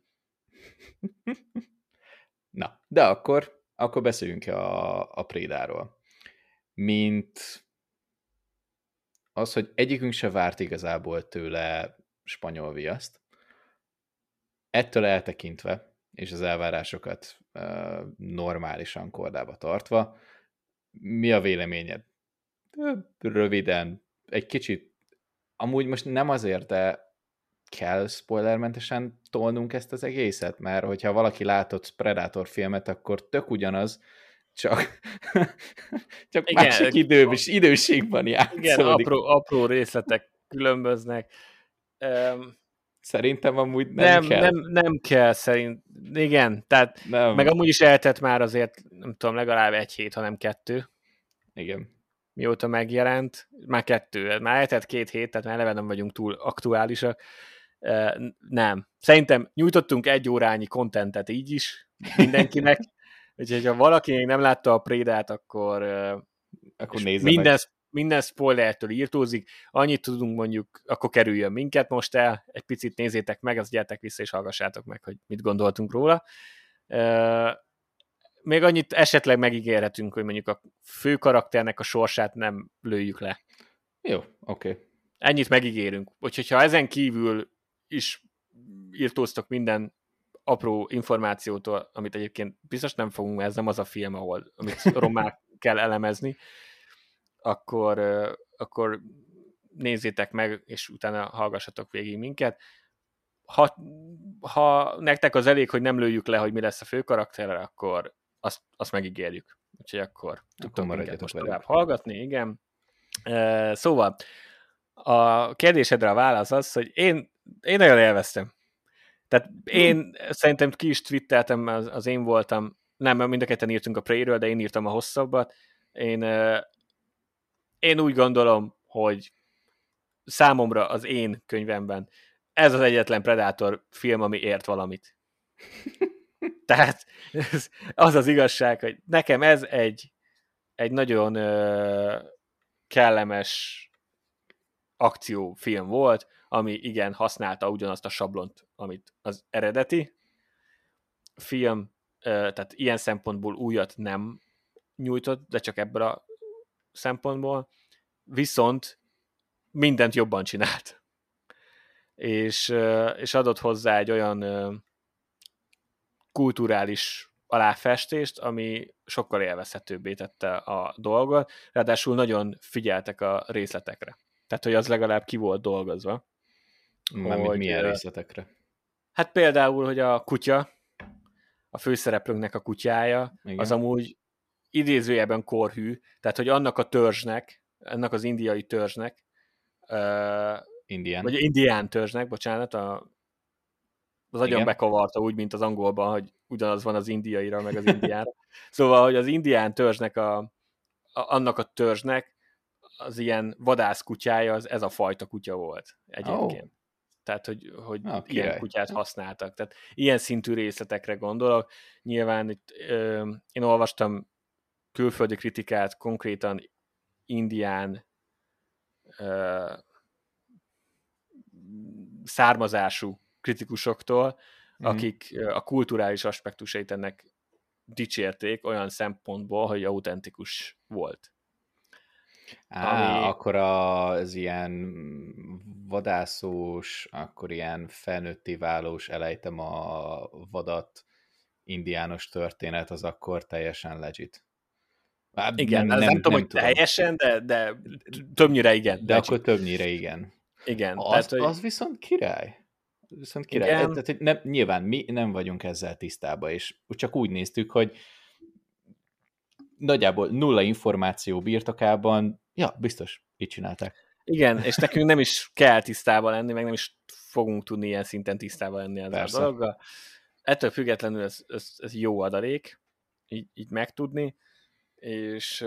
Na, de akkor beszéljünk a Prédáról. Mint az, hogy egyikünk se várt igazából tőle spanyol viaszt. Ettől eltekintve, és az elvárásokat normálisan kordába tartva, mi a véleményed? Röviden, egy kicsit, amúgy most nem azért, de kell spoilermentesen tolnunk ezt az egészet, mert hogyha valaki látott Predator filmet, akkor tök ugyanaz, csak, csak Igen, másik időségben igen, játszódik. apró részletek különböznek. Szerintem amúgy nem kell. Nem kell szerint. Igen, tehát Nem. meg amúgy is eltett már azért, nem tudom, legalább 1 hét, hanem 2. Igen. Mióta megjelent. Már 2. Már eltett 2 hét, tehát már eleve nem vagyunk túl aktuálisak. Nem. Szerintem nyújtottunk 1 órányi kontentet így is mindenkinek. Úgyhogy ha valaki még nem látta a Prédát, akkor nézze meg. Minden spoilertől írtózik, annyit tudunk mondjuk, akkor kerüljön minket most el, egy picit nézzétek meg, azt gyertek vissza és hallgassátok meg, hogy mit gondoltunk róla. Még annyit esetleg megígérhetünk, hogy mondjuk a fő karakternek a sorsát nem lőjük le. Jó, oké. Ennyit megígérünk. Úgyhogy ha ezen kívül is írtóztok minden apró információtól, amit egyébként biztos nem fogunk, mert ez nem az a film, amit rommá kell elemezni, akkor nézzétek meg, és utána hallgassatok végig minket. Ha nektek az elég, hogy nem lőjük le, hogy mi lesz a főkarakterre, akkor azt megígérjük. Úgyhogy akkor tudtok minket most tovább hallgatni, igen. Szóval a kérdésedre a válasz az, hogy én nagyon élveztem. Tehát én szerintem ki is twitteltem, az én voltam, nem, mind a ketten írtunk a Prey-ről, de én írtam a hosszabbat. Én úgy gondolom, hogy számomra az én könyvemben ez az egyetlen Predator film, ami ért valamit. Tehát az az igazság, hogy nekem ez egy nagyon kellemes akciófilm volt, ami igen, használta ugyanazt a sablont, amit az eredeti film, tehát ilyen szempontból újat nem nyújtott, de csak ebből a szempontból, viszont mindent jobban csinált. És adott hozzá egy olyan kulturális aláfestést, ami sokkal élvezhetőbbé tette a dolgot, ráadásul nagyon figyeltek a részletekre. Tehát, hogy az legalább ki volt dolgozva, Mármint hogy milyen részletekre. hát például, hogy a kutya, a főszereplőnknek a kutyája, az Igen. amúgy idézőjelben korhű, tehát, hogy annak a törzsnek, ennek az indiai törzsnek, Indián. vagy indián törzsnek, bocsánat, az agyon Igen. bekavarta úgy, mint az angolban, hogy ugyanaz van az indiaira, meg az indiára. Szóval, hogy az indián törzsnek annak a törzsnek az ilyen vadászkutyája, ez a fajta kutya volt Ó, egyébként. Tehát, hogy ilyen király. kutyát használtak. Tehát ilyen szintű részletekre gondolok. Nyilván itt én olvastam külföldi kritikát konkrétan indián származású kritikusoktól, akik a kulturális aspektusait ennek dicsérték olyan szempontból, hogy autentikus volt. Akkor az ilyen vadászós, akkor ilyen felnőtté válós, elejtem a vadat, indiános történet, az akkor teljesen legit. Igen, nem tudom, hogy tudom. teljesen, de többnyire igen. De akkor többnyire igen. Igen. Az viszont király. Viszont király. Igen. Tehát, hogy nyilván mi nem vagyunk ezzel tisztában, és csak úgy néztük, hogy nagyjából nulla információ birtokában, ja, biztos, így csinálták. Igen, és nekünk nem is kell tisztában lenni, meg nem is fogunk tudni ilyen szinten tisztában lenni ezzel a dologgal. Ettől függetlenül ez jó adalék, így megtudni, és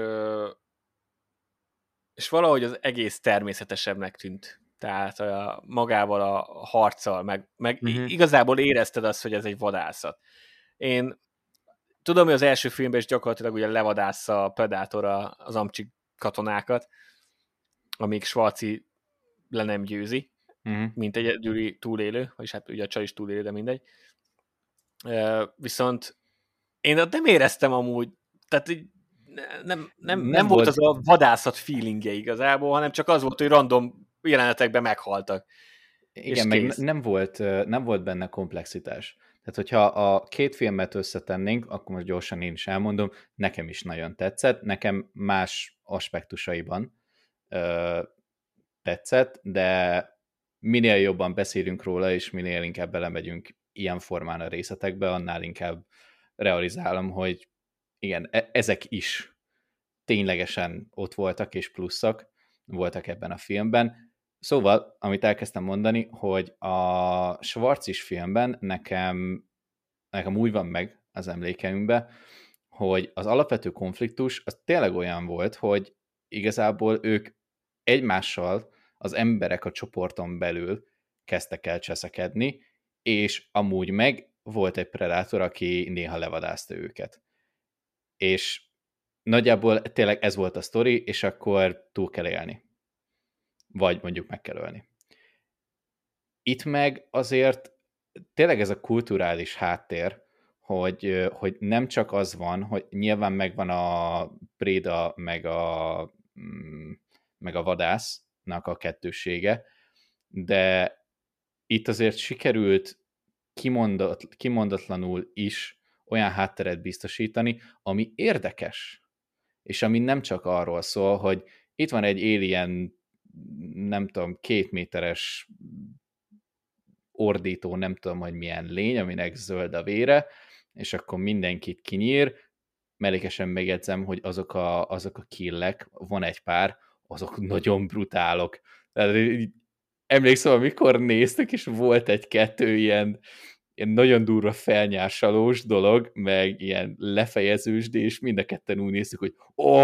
valahogy az egész természetesebbnek tűnt. Tehát magával a harccal, meg igazából érezted azt, hogy ez egy vadászat. Én tudom, hogy az első filmben is gyakorlatilag ugye levadásza a Predator az amcsik katonákat, amíg Schwarzi le nem győzi, mint egyedüli túlélő, vagyis hát ugye a csaj is túlélő, de mindegy. Viszont én ott nem éreztem amúgy, tehát nem volt az a vadászat feelingje igazából, hanem csak az volt, hogy random jelenetekben meghaltak. Igen, meg nem volt benne komplexitás. Tehát, hogyha a két filmet összetennénk, akkor most gyorsan én is elmondom, nekem is nagyon tetszett, nekem más aspektusaiban tetszett, de minél jobban beszélünk róla, és minél inkább belemegyünk ilyen formán a részletekbe, annál inkább realizálom, hogy igen, ezek is ténylegesen ott voltak, és pluszak voltak ebben a filmben. Szóval, amit elkezdtem mondani, hogy a Schwarzis filmben nekem úgy van meg az emlékeimben, hogy az alapvető konfliktus az tényleg olyan volt, hogy igazából ők egymással, az emberek a csoporton belül kezdtek el cseszekedni, és amúgy meg volt egy predátor, aki néha levadázta őket. És nagyjából tényleg ez volt a sztori, és akkor túl kell élni. Vagy mondjuk meg kell ölni. Itt meg azért tényleg ez a kulturális háttér, hogy nem csak az van, hogy nyilván megvan a préda, meg a vadásznak a kettősége, de itt azért sikerült kimondatlanul is olyan hátteret biztosítani, ami érdekes, és ami nem csak arról szól, hogy itt van egy alien, nem tudom, 2 méteres ordító, nem tudom, hogy milyen lény, aminek zöld a vére, és akkor mindenkit kinyír. Mellékesen megjegyzem, hogy azok a killek, van egy pár, azok nagyon brutálok. Emlékszem, amikor néztük, és volt egy-kettő ilyen nagyon durva felnyársalós dolog, meg ilyen lefejezős, de és mind a ketten úgy néztük, hogy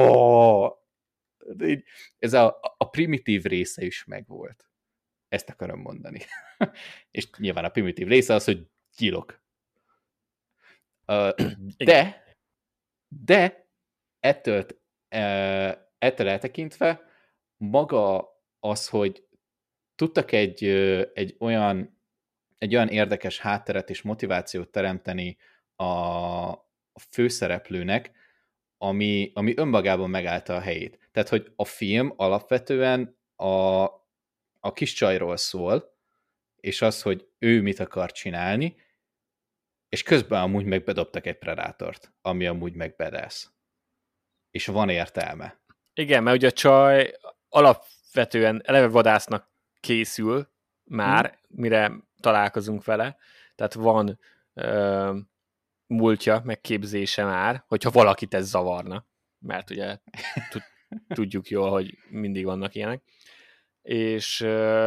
ez a primitív része is megvolt. Ezt akarom mondani. És nyilván a primitív része az, hogy gyilok. De ettől eltekintve maga az, hogy tudtak egy olyan érdekes hátteret és motivációt teremteni a főszereplőnek, ami önmagában megállta a helyét. Tehát, hogy a film alapvetően a kis csajról szól, és az, hogy ő mit akar csinálni, és közben amúgy meg bedobtak egy Predátort, ami amúgy meg badass. És van értelme. Igen, mert ugye a csaj alapvetően eleve vadásznak készül már, mire találkozunk vele, tehát van múltja, megképzése már, hogyha valakit ez zavarna, mert ugye tudjuk jól, hogy mindig vannak ilyenek. És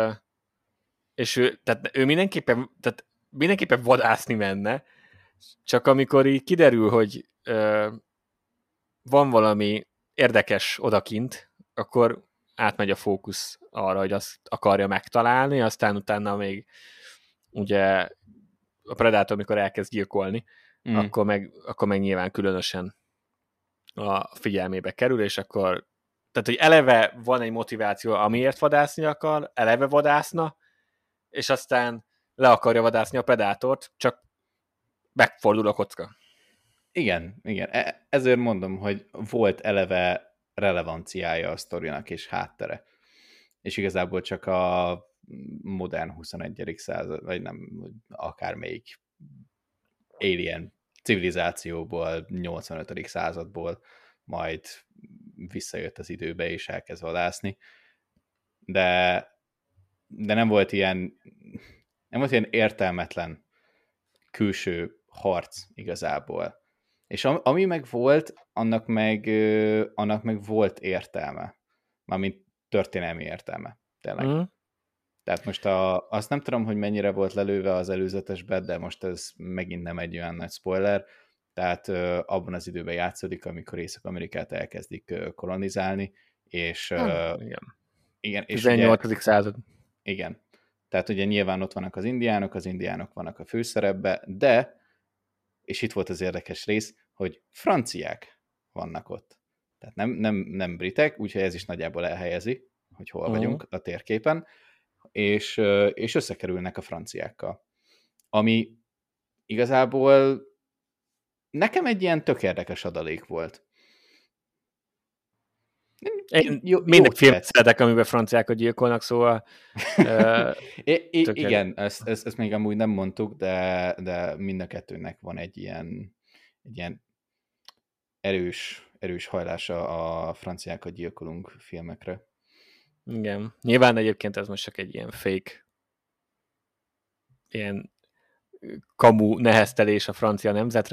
ő mindenképpen vadászni menne, csak amikor így kiderül, hogy van valami érdekes odakint, akkor átmegy a fókusz arra, hogy azt akarja megtalálni, aztán utána még ugye a Predator, amikor elkezd gyilkolni, akkor meg nyilván különösen a figyelmébe kerül, és akkor tehát, hogy eleve van egy motiváció, amiért vadászni akar, eleve vadászna, és aztán le akarja vadászni a Predátort, csak megfordul a kocka. Igen. Ezért mondom, hogy volt eleve relevanciája a sztorinak és háttere. És igazából csak a modern 21. század, vagy nem, akármelyik alien civilizációból, 85. századból majd visszajött az időbe és elkezd vadászni. De nem volt ilyen értelmetlen külső harc igazából. És ami meg volt, annak meg volt értelme. Mármint történelmi értelme. Tényleg. Tehát most azt nem tudom, hogy mennyire volt lelőve az előzetesben, de most ez megint nem egy olyan nagy spoiler. Tehát abban az időben játszódik, amikor Észak-Amerikát elkezdik kolonizálni, és igen, 18. Ugye, század. Igen. Tehát ugye nyilván ott vannak az indiánok vannak a főszerepbe, de, és itt volt az érdekes rész, hogy franciák vannak ott. Tehát nem britek, úgyhogy ez is nagyjából elhelyezi, hogy hol vagyunk a térképen, és összekerülnek a franciákkal. Ami igazából nekem egy ilyen tök érdekes adalék volt. Én minden filmet szeretek, amiben franciákat gyilkolnak, szóval... Igen, ezt még amúgy nem mondtuk, de mind a kettőnek van egy ilyen erős hajlása a franciákat gyilkolunk filmekre. Igen. Nyilván egyébként ez most csak egy ilyen fake, ilyen kamu neheztelés a francia nemzetre,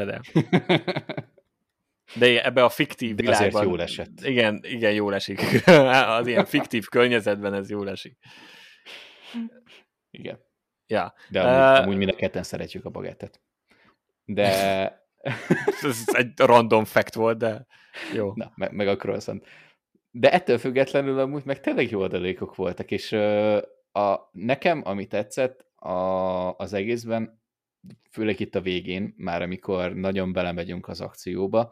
de ebbe a fiktív világban... azért jól esett. Igen, jól esik. Az ilyen fiktív környezetben ez jól esik. Igen. Ja. De amúgy mind a ketten szeretjük a bagettet. De... ez egy random fact volt, de jó. Na, meg a croissant. De ettől függetlenül amúgy meg tényleg jó adalékok voltak, és nekem, ami tetszett az egészben, főleg itt a végén, már amikor nagyon belemegyünk az akcióba,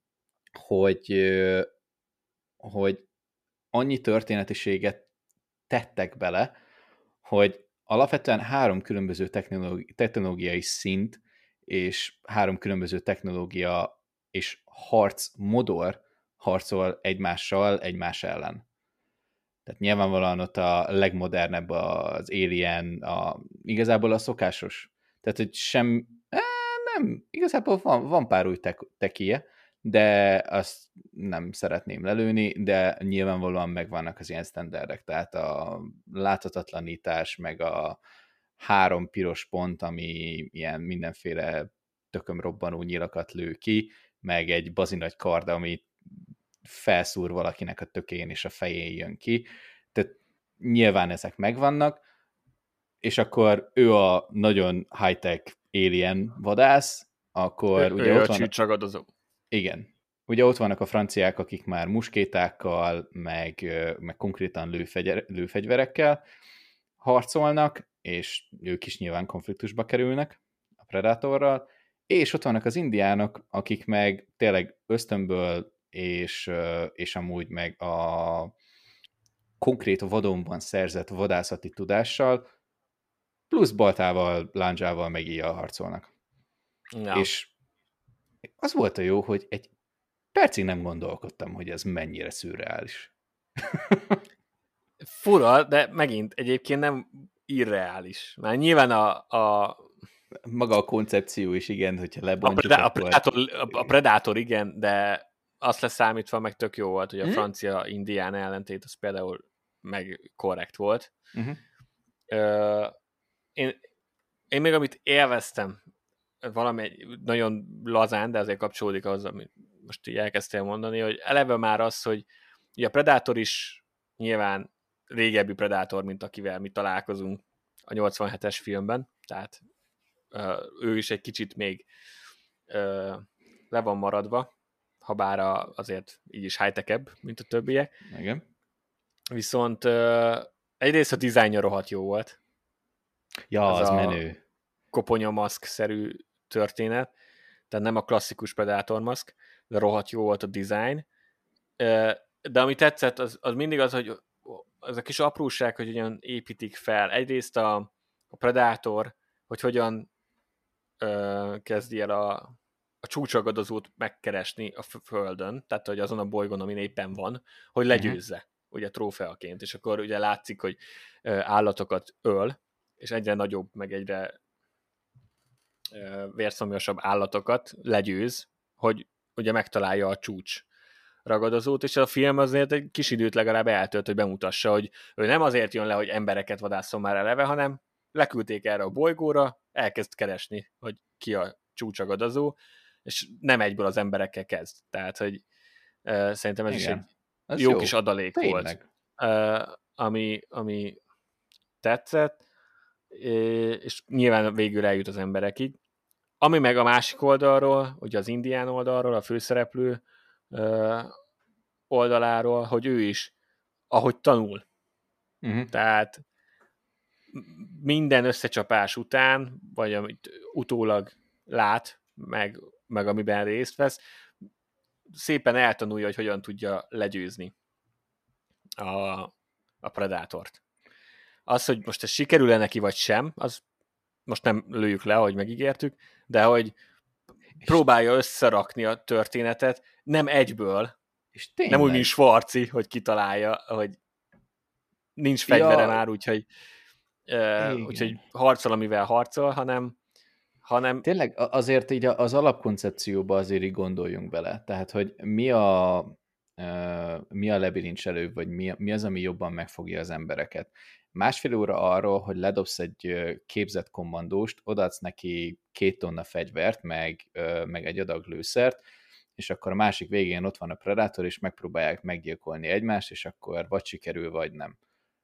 hogy annyi történetiséget tettek bele, hogy alapvetően 3 különböző technológiai szint, és 3 különböző technológia és modor harcol egymással, egymás ellen. Tehát nyilvánvalóan ott a legmodernebb az Alien, igazából a szokásos. Tehát, hogy nem, igazából van pár új tekie, de azt nem szeretném lelőni, de nyilvánvalóan megvannak az ilyen sztenderdek, tehát a láthatatlanítás, meg a 3 piros pont, ami ilyen mindenféle tökömrobbanó nyilakat lő ki, meg egy bazinagy kard, ami felszúr valakinek a tökén, és a fején jön ki. Tehát nyilván ezek megvannak, és akkor ő a nagyon high-tech alien vadász, akkor ugye ott van... Igen. Ugye ott vannak a franciák, akik már muskétákkal, meg konkrétan lőfegyverekkel harcolnak, és ők is nyilván konfliktusba kerülnek a Predatorral, és ott vannak az indiánok, akik meg tényleg ösztönből és amúgy meg a konkrét vadonban szerzett vadászati tudással, plusz baltával, lándzsával meg íjjal harcolnak. Ja. És az volt a jó, hogy egy percig nem gondolkodtam, hogy ez mennyire szürreális. Fura, de megint egyébként nem irreális. Már nyilván Maga a koncepció is, igen, hogyha A, lebontjuk, Preda- a, akkor... Predator, a Predator igen, de azt leszámítva meg tök jó volt, hogy a Hm? francia indián ellentét az például meg korrekt volt. Uh-huh. Ö, én, én még amit élveztem, valami nagyon lazán, de azért kapcsolódik ahhoz, amit most így elkezdtél mondani, hogy eleve már az, hogy ugye a Predator is nyilván régebbi Predator, mint akivel mi találkozunk a 87-es filmben, tehát ő is egy kicsit még le van maradva, ha bár azért így is high-techebb, mint a többiek. Igen. Viszont egyrészt a dizájnja rohadt jó volt. Ja, Ez az a menő. koponyamaszk-szerű történet, tehát nem a klasszikus Predator maszk, de rohadt jó volt a design. De ami tetszett, az mindig az, hogy az a kis apróság, hogy hogyan építik fel. Egyrészt a Predator, hogy hogyan kezdi el a csúcsagadozót megkeresni a földön, tehát hogy azon a bolygón, amin éppen van, hogy legyőzze, ugye trófeaként, és akkor ugye látszik, hogy állatokat öl, és egyre nagyobb, meg egyre vérszomjasabb állatokat legyőz, hogy ugye megtalálja a csúcs ragadozót, és a film azért egy kis időt legalább eltölt, hogy bemutassa, hogy ő nem azért jön le, hogy embereket vadásszon már eleve, hanem leküldték erre a bolygóra, elkezd keresni, hogy ki a csúcsagadozó, és nem egyből az emberekkel kezd. Tehát, hogy szerintem ez is Igen. egy Az jó jó. kis adalék Tényleg. volt, ami tetszett, és nyilván végül eljut az emberekig. Ami meg a másik oldalról, ugye az indián oldalról, a főszereplő oldaláról, hogy ő is, ahogy tanul. Uh-huh. Tehát minden összecsapás után, vagy amit utólag lát, meg amiben részt vesz, szépen eltanulja, hogy hogyan tudja legyőzni a Predátort. Az, hogy most ez sikerül-e neki, vagy sem, az most nem lőjük le, ahogy megígértük, de hogy próbálja összerakni a történetet, nem egyből, És nem úgy, mint tényleg. Schwarzi, hogy kitalálja, hogy nincs fegyvere Ja, már, úgyhogy igen. harcol, amivel harcol, hanem Tényleg azért így az alapkoncepcióba azért így gondoljunk bele. Tehát, hogy mi a lebilincselő, vagy mi az, ami jobban megfogja az embereket. Másfél óra arról, hogy ledobsz egy képzett kommandóst, odaadsz neki 2 tonna fegyvert, meg egy adag lőszert, és akkor a másik végén ott van a Predator, és megpróbálják meggyilkolni egymást, és akkor vagy sikerül, vagy nem.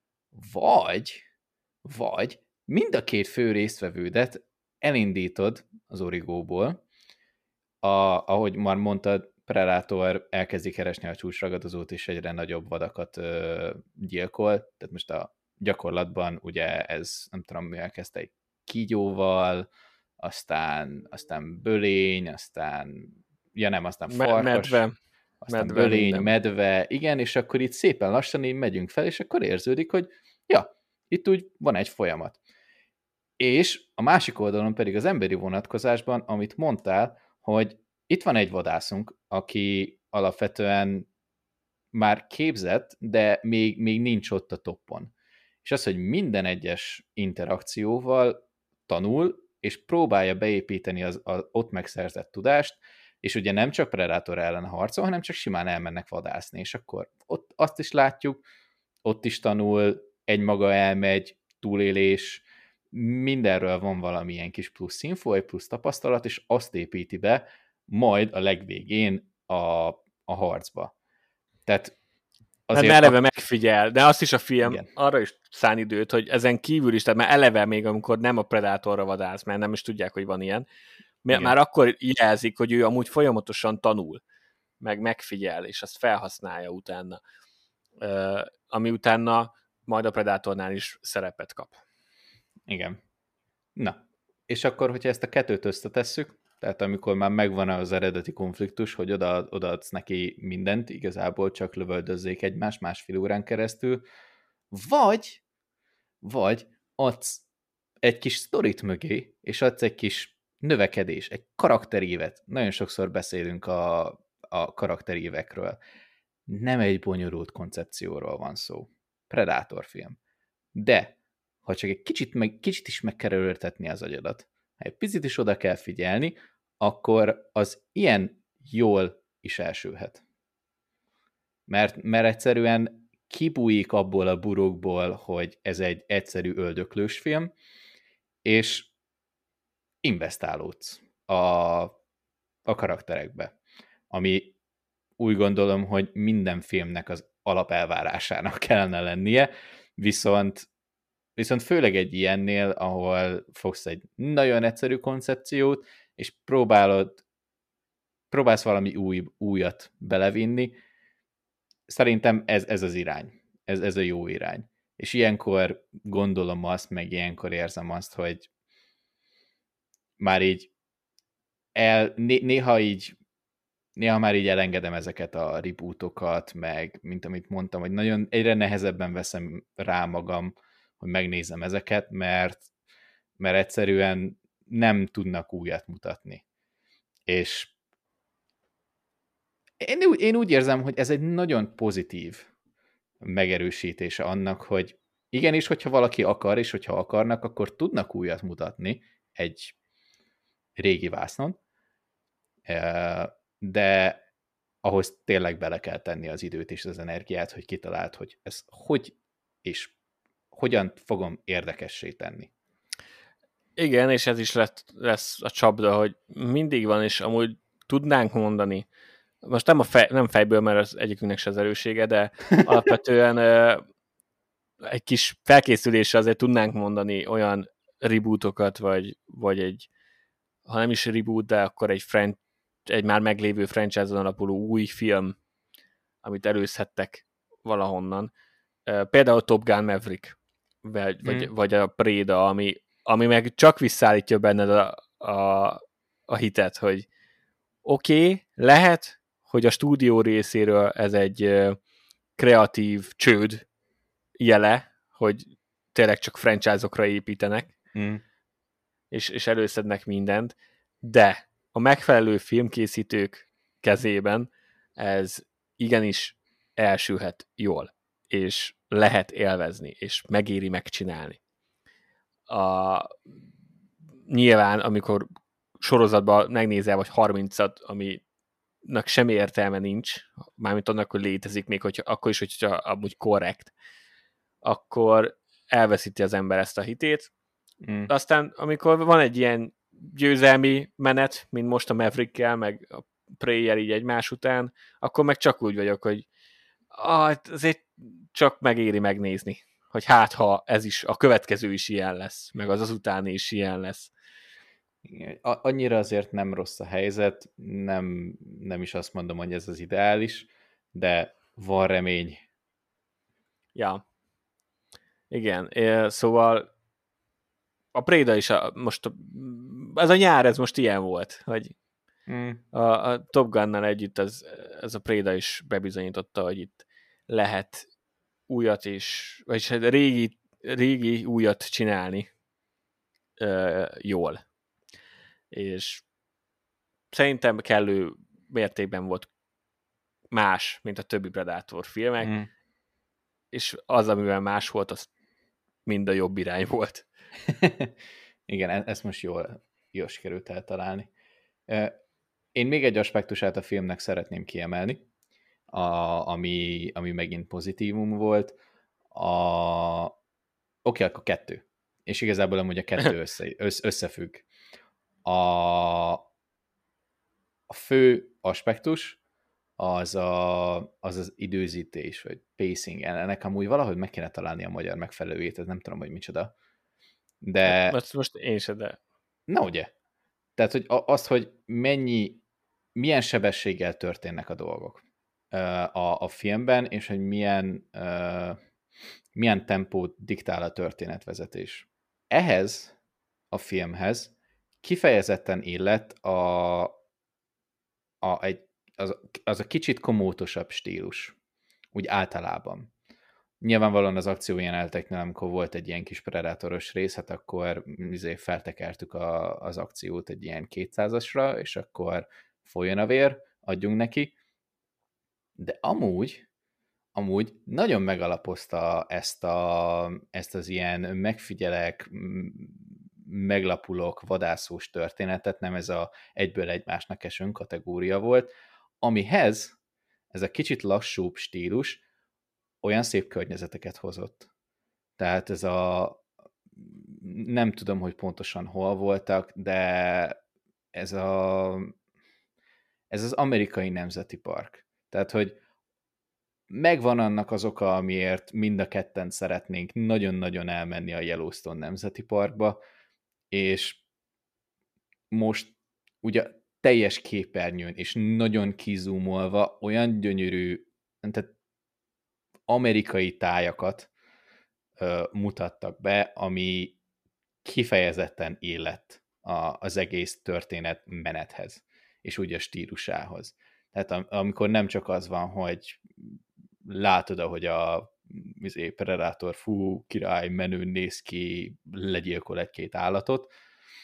Vagy mind a 2 fő résztvevődet elindítod az origóból, ahogy már mondtad, Predator elkezdi keresni a csúcsragadozót, és egyre nagyobb vadakat gyilkol, tehát most a gyakorlatban ugye ez, nem tudom, mivel kezdte, egy kígyóval, aztán bölény, aztán farkas, medve, aztán medve, bölény, minden. medve, igen, és akkor itt szépen lassan így megyünk fel, és akkor érződik, hogy ja, itt úgy van egy folyamat. És a másik oldalon pedig az emberi vonatkozásban, amit mondtál, hogy itt van egy vadászunk, aki alapvetően már képzett, de még nincs ott a toppon. És az, hogy minden egyes interakcióval tanul, és próbálja beépíteni az ott megszerzett tudást, és ugye nem csak Predator ellen harcol, hanem csak simán elmennek vadászni, és akkor ott azt is látjuk, ott is tanul, egymaga elmegy, túlélés, mindenről van valamilyen kis plusz info, egy plusz tapasztalat, és azt építi be majd a legvégén a harcba. Tehát Mert azért... eleve megfigyel, de azt is a film Igen. arra is szán időt, hogy ezen kívül is, tehát már eleve még amikor nem a Predatorra vadász, mert nem is tudják, hogy van ilyen, Igen. már akkor jelzik, hogy ő amúgy folyamatosan tanul, meg megfigyel, és azt felhasználja utána, ami utána majd a Predatornál is szerepet kap. Igen. Na, és akkor, hogyha ezt a kettőt összetesszük, tehát amikor már megvan az eredeti konfliktus, hogy odaadsz neki mindent, igazából csak lövöldözzék egymást másfél órán keresztül, vagy adsz egy kis sztorit mögé, és adsz egy kis növekedés, egy karakterévet. Nagyon sokszor beszélünk a karakterévekről. Nem egy bonyolult koncepcióról van szó. Predator film. De, ha csak egy kicsit is meg kell erőltetni az agyadat, ha egy picit is oda kell figyelni, akkor az ilyen jól is elsülhet. Mert egyszerűen kibújik abból a burokból, hogy ez egy egyszerű öldöklős film, és investálódsz a karakterekbe. Ami úgy gondolom, hogy minden filmnek az alapelvárásának kellene lennie, viszont főleg egy ilyennél, ahol fogsz egy nagyon egyszerű koncepciót, és próbálsz valami újat belevinni, szerintem ez az irány. Ez a jó irány. És ilyenkor gondolom azt, meg ilyenkor érzem azt, hogy már így néha már így elengedem ezeket a rebootokat, meg mint amit mondtam, hogy nagyon egyre nehezebben veszem rá magam, hogy megnézem ezeket, mert egyszerűen nem tudnak újat mutatni. És én úgy érzem, hogy ez egy nagyon pozitív megerősítése annak, hogy igenis, hogyha valaki akar, és hogyha akarnak, akkor tudnak újat mutatni egy régi vásznon, de ahhoz tényleg bele kell tenni az időt és az energiát, hogy kitalált, hogy ez hogy és hogyan fogom érdekessé tenni. Igen, és ez is lesz a csapda, hogy mindig van, és amúgy tudnánk mondani, most nem fejből, mert az egyikünknek se az erősége, de alapvetően egy kis felkészülésre azért tudnánk mondani olyan rebootokat, vagy egy, ha nem is reboot, de akkor egy már meglévő franchise-on alapuló új film, amit előzhettek valahonnan. Például Top Gun Maverick, vagy a Préda, ami meg csak visszaállítja benned a hitet, hogy oké, lehet, hogy a stúdió részéről ez egy kreatív csőd jele, hogy tényleg csak franchise-okra építenek, és előszednek mindent, de a megfelelő filmkészítők kezében ez igenis elsülhet jól, és lehet élvezni, és megéri megcsinálni. Nyilván, amikor sorozatban megnézel, vagy 30-at, aminek semmi értelme nincs, mármint annak, hogy létezik, még akkor is, hogyha amúgy korrekt, akkor elveszíti az ember ezt a hitét. Aztán, amikor van egy ilyen győzelmi menet, mint most a Maverickkel, meg a Prey-jel így egymás után, akkor meg csak úgy vagyok, hogy azért csak megéri megnézni, hogy hát ha ez is, a következő is ilyen lesz, meg az utáni is ilyen lesz. Annyira azért nem rossz a helyzet, nem is azt mondom, hogy ez az ideális, de van remény. Ja. Igen, szóval a Préda is ez a nyár, ez most ilyen volt, hogy a Top Gunnal együtt ez a Préda is bebizonyította, hogy itt lehet újat is, vagyis régi újat csinálni jól. És szerintem kellő mértékben volt más, mint a többi Predator filmek, és az, amivel más volt, az mind a jobb irány volt. Igen, ezt most jól sikerült eltalálni. Én még egy aspektusát a filmnek szeretném kiemelni, ami megint pozitívum volt. Oké, akkor 2. És igazából amúgy a 2 összefügg. A fő aspektus az időzítés, vagy pacing. Ennek amúgy valahogy meg kéne találni a magyar megfelelőjét, ez nem tudom, hogy micsoda. De... Most én se, de... Na ugye? Tehát, hogy az, hogy milyen sebességgel történnek a dolgok a filmben, és hogy milyen tempót diktál a történetvezetés. Ehhez a filmhez kifejezetten illet az a kicsit komótosabb stílus, úgy általában. Nyilvánvalóan az akciójeleneteknél, amikor volt egy ilyen kis predátoros rész, hát akkor feltekertük az akciót egy ilyen 200-asra, és akkor folyjon a vér, adjunk neki. De amúgy nagyon megalapozta ezt az ilyen megfigyelek, meglapulok, vadászós történetet, nem ez a egyből egymásnak esünk kategória volt, amihez ez a kicsit lassúbb stílus olyan szép környezeteket hozott. Tehát ez a nem tudom, hogy pontosan hol voltak, de ez ez az amerikai nemzeti park. Tehát, hogy megvan annak az oka, amiért mind a ketten szeretnénk nagyon-nagyon elmenni a Yellowstone Nemzeti Parkba, és most ugye teljes képernyőn és nagyon kizúmolva olyan gyönyörű, tehát amerikai tájakat mutattak be, ami kifejezetten illett az egész történet menethez, és úgy a stílusához. Tehát amikor nem csak az van, hogy látod, ahogy a Predator, fú, király, menő néz ki, legyilkol egy-két állatot,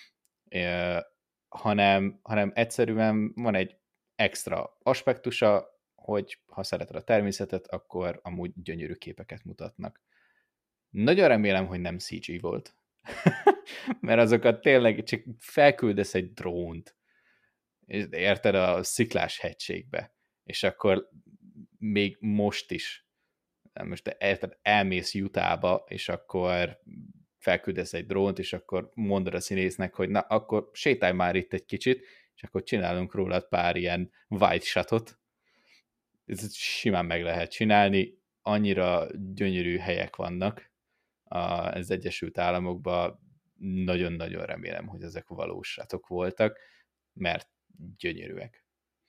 hanem egyszerűen van egy extra aspektusa, hogy ha szereted a természetet, akkor amúgy gyönyörű képeket mutatnak. Nagyon remélem, hogy nem CG volt. Mert azokat tényleg csak felküldesz egy drónt, és érted, a sziklás hegységbe, és akkor még most is, most érted, elmész Utahba, és akkor felküldesz egy drónt, és akkor mondod a színésznek, hogy na, akkor sétálj már itt egy kicsit, és akkor csinálunk rólad pár ilyen wide shotot. Ez simán meg lehet csinálni, annyira gyönyörű helyek vannak az Egyesült Államokban, nagyon-nagyon remélem, hogy ezek valósatok voltak, mert gyönyörűek.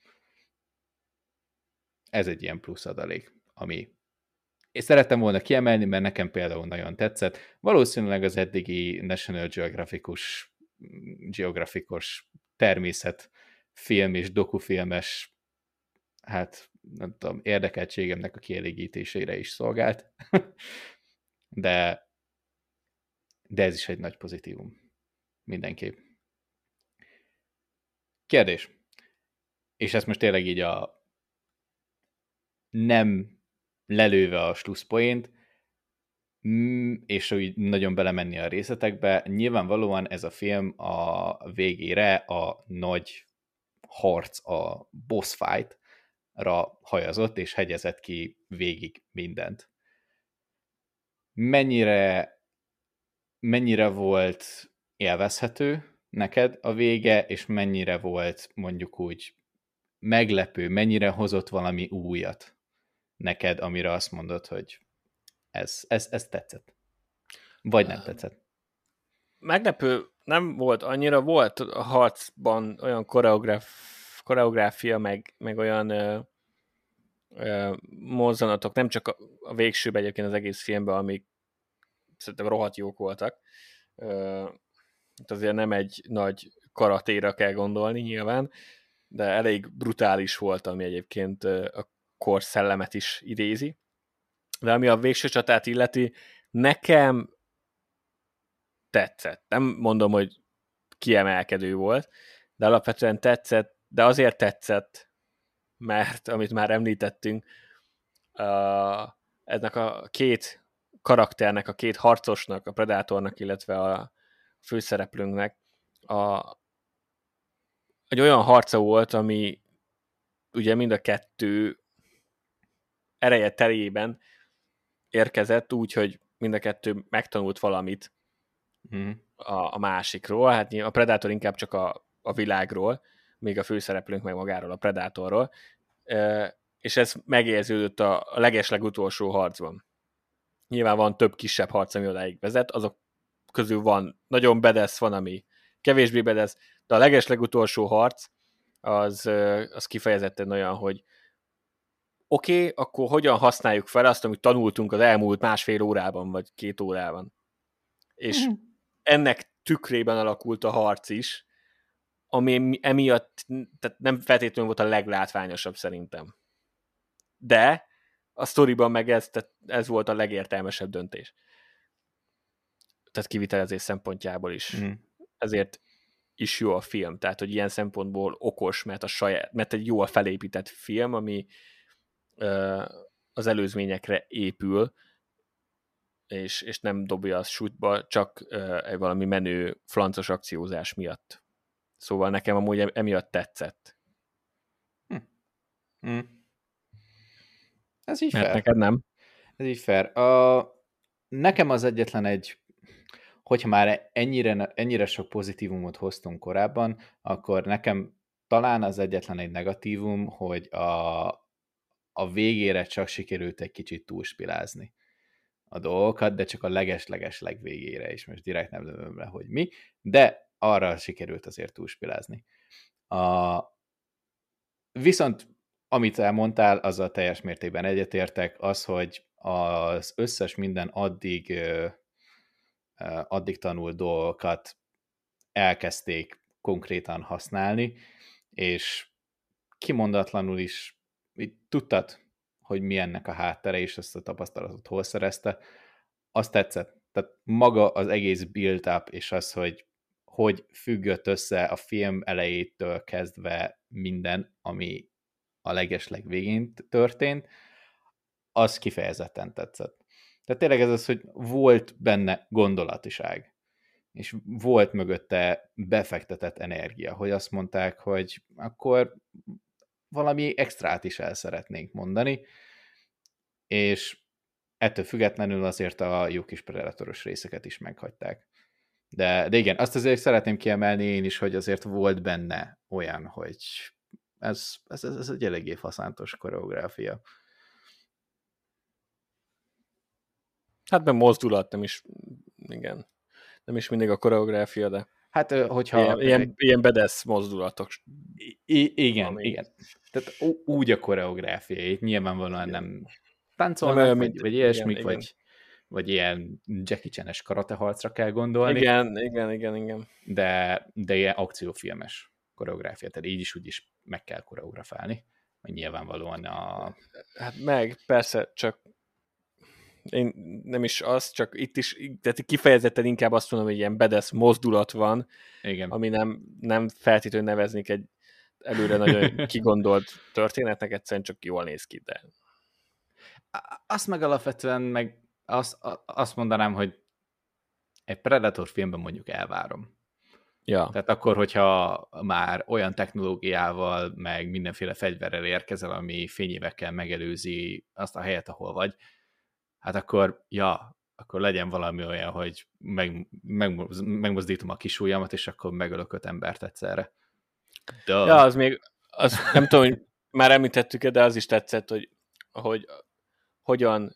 Ez egy ilyen plusz adalék, ami és szerettem volna kiemelni, mert nekem például nagyon tetszett. Valószínűleg az eddigi National Geographicos természet film és dokufilmes, hát nem tudom, érdekeltségemnek a kielégítésére is szolgált. de ez is egy nagy pozitívum. Mindenképp. Kérdés. És ezt most tényleg így nem lelőve a slusszpoint, és úgy nagyon belemenni a részletekbe, nyilvánvalóan ez a film a végére a nagy harc, a boss fight-ra hajazott, és hegyezett ki végig mindent. Mennyire volt élvezhető neked a vége, és mennyire volt mondjuk úgy meglepő, mennyire hozott valami újat neked, amire azt mondod, hogy ez tetszett. Vagy nem tetszett. Meglepő nem volt annyira, volt a harcban olyan koreográfia, meg olyan mozzanatok, nem csak a végsőben egyébként az egész filmben, amik szerintem rohadt jók voltak. Azért nem egy nagy karatéra kell gondolni nyilván, de elég brutális volt, ami egyébként a kor szellemet is idézi. De ami a végső csatát illeti, nekem tetszett. Nem mondom, hogy kiemelkedő volt, de alapvetően tetszett, de azért tetszett, mert, amit már említettünk, ennek a két karakternek, a két harcosnak, a Predatornak, illetve a főszereplőnknek egy olyan harca volt, ami ugye mind a kettő ereje terében érkezett úgy, hogy mind a kettő megtanult valamit a másikról. Hát a Predator inkább csak a világról, még a főszereplőnk meg magáról, a Predatorról. És ez megérződött a legeslegutolsó harcban. Nyilván van több kisebb harc, ami odáig vezet, azok közül van nagyon bedesz, van, ami kevésbé bedesz, de a legeslegutolsó harc az kifejezetten olyan, hogy oké, akkor hogyan használjuk fel azt, amit tanultunk az elmúlt másfél órában, vagy 2 órában. És ennek tükrében alakult a harc is, ami emiatt tehát nem feltétlenül volt a leglátványosabb szerintem. De a sztoriban meg ez volt a legértelmesebb döntés. Tehát kivitelezés szempontjából is. Ezért is jó a film. Tehát, hogy ilyen szempontból okos, mert egy jól felépített film, ami az előzményekre épül, és nem dobja azt sútba, csak egy valami menő flancos akciózás miatt. Szóval nekem amúgy emiatt tetszett. Ez így Mert fair. neked nem? Ez így fair. Nekem az egyetlen egy, hogyha már ennyire sok pozitívumot hoztunk korábban, akkor nekem talán az egyetlen egy negatívum, hogy a végére csak sikerült egy kicsit túlspilázni a dolgokat, de csak a leges-leges legvégére is, most direkt nem lövöm le, hogy mi, de arra sikerült azért túlspilázni. Viszont amit elmondtál, azzal teljes mértékben egyetértek, az, hogy az összes minden addig tanult dolgokat elkezdték konkrétan használni, és kimondatlanul is tudtad, hogy mi ennek a háttere, és ezt a tapasztalatot hol szerezte, azt tetszett. Tehát maga az egész build-up, és az, hogy függött össze a film elejétől kezdve minden, ami a legesleg végén történt, az kifejezetten tetszett. Tehát tényleg ez az, hogy volt benne gondolatiság, és volt mögötte befektetett energia, hogy azt mondták, hogy akkor valami extrát is el szeretnénk mondani, és ettől függetlenül azért a jó kis predatoros részeket is meghagyták. De igen, azt azért szeretném kiemelni én is, hogy azért volt benne olyan, hogy ez egy eléggé faszántos koreográfia. Hát nem mozdulat, nem is, igen. Nem is mindig a koreográfia, de Hát, hogyha... Ilyen bedesz mozdulatok. Igen, igen. Tehát úgy a koreográfiait, nyilvánvalóan nem táncolnak, nem olyan, vagy ilyesmik, igen. vagy ilyen Jackie Chan-es karateharcra kell gondolni. Igen. De ilyen akciófilmes koreográfia, tehát így is úgy is meg kell koreografálni, hogy nyilvánvalóan Hát persze, csak én nem is az, csak itt is, tehát kifejezetten inkább azt mondom, hogy ilyen bedesz mozdulat van, igen. ami nem feltétlenül neveznik egy előre nagyon kigondolt történetnek, egyszerűen csak jól néz ki, de... Azt meg alapvetően azt mondanám, hogy egy Predator filmben mondjuk elvárom. Ja. Tehát akkor, hogyha már olyan technológiával, meg mindenféle fegyverrel érkezel, ami fényévekkel megelőzi azt a helyet, ahol vagy, hát akkor legyen valami olyan, hogy megmozdítom a kis ujjamat, és akkor megölök 5 embert egyszerre. Ja, az még, nem tudom, hogy már említettük, de az is tetszett, hogy hogyan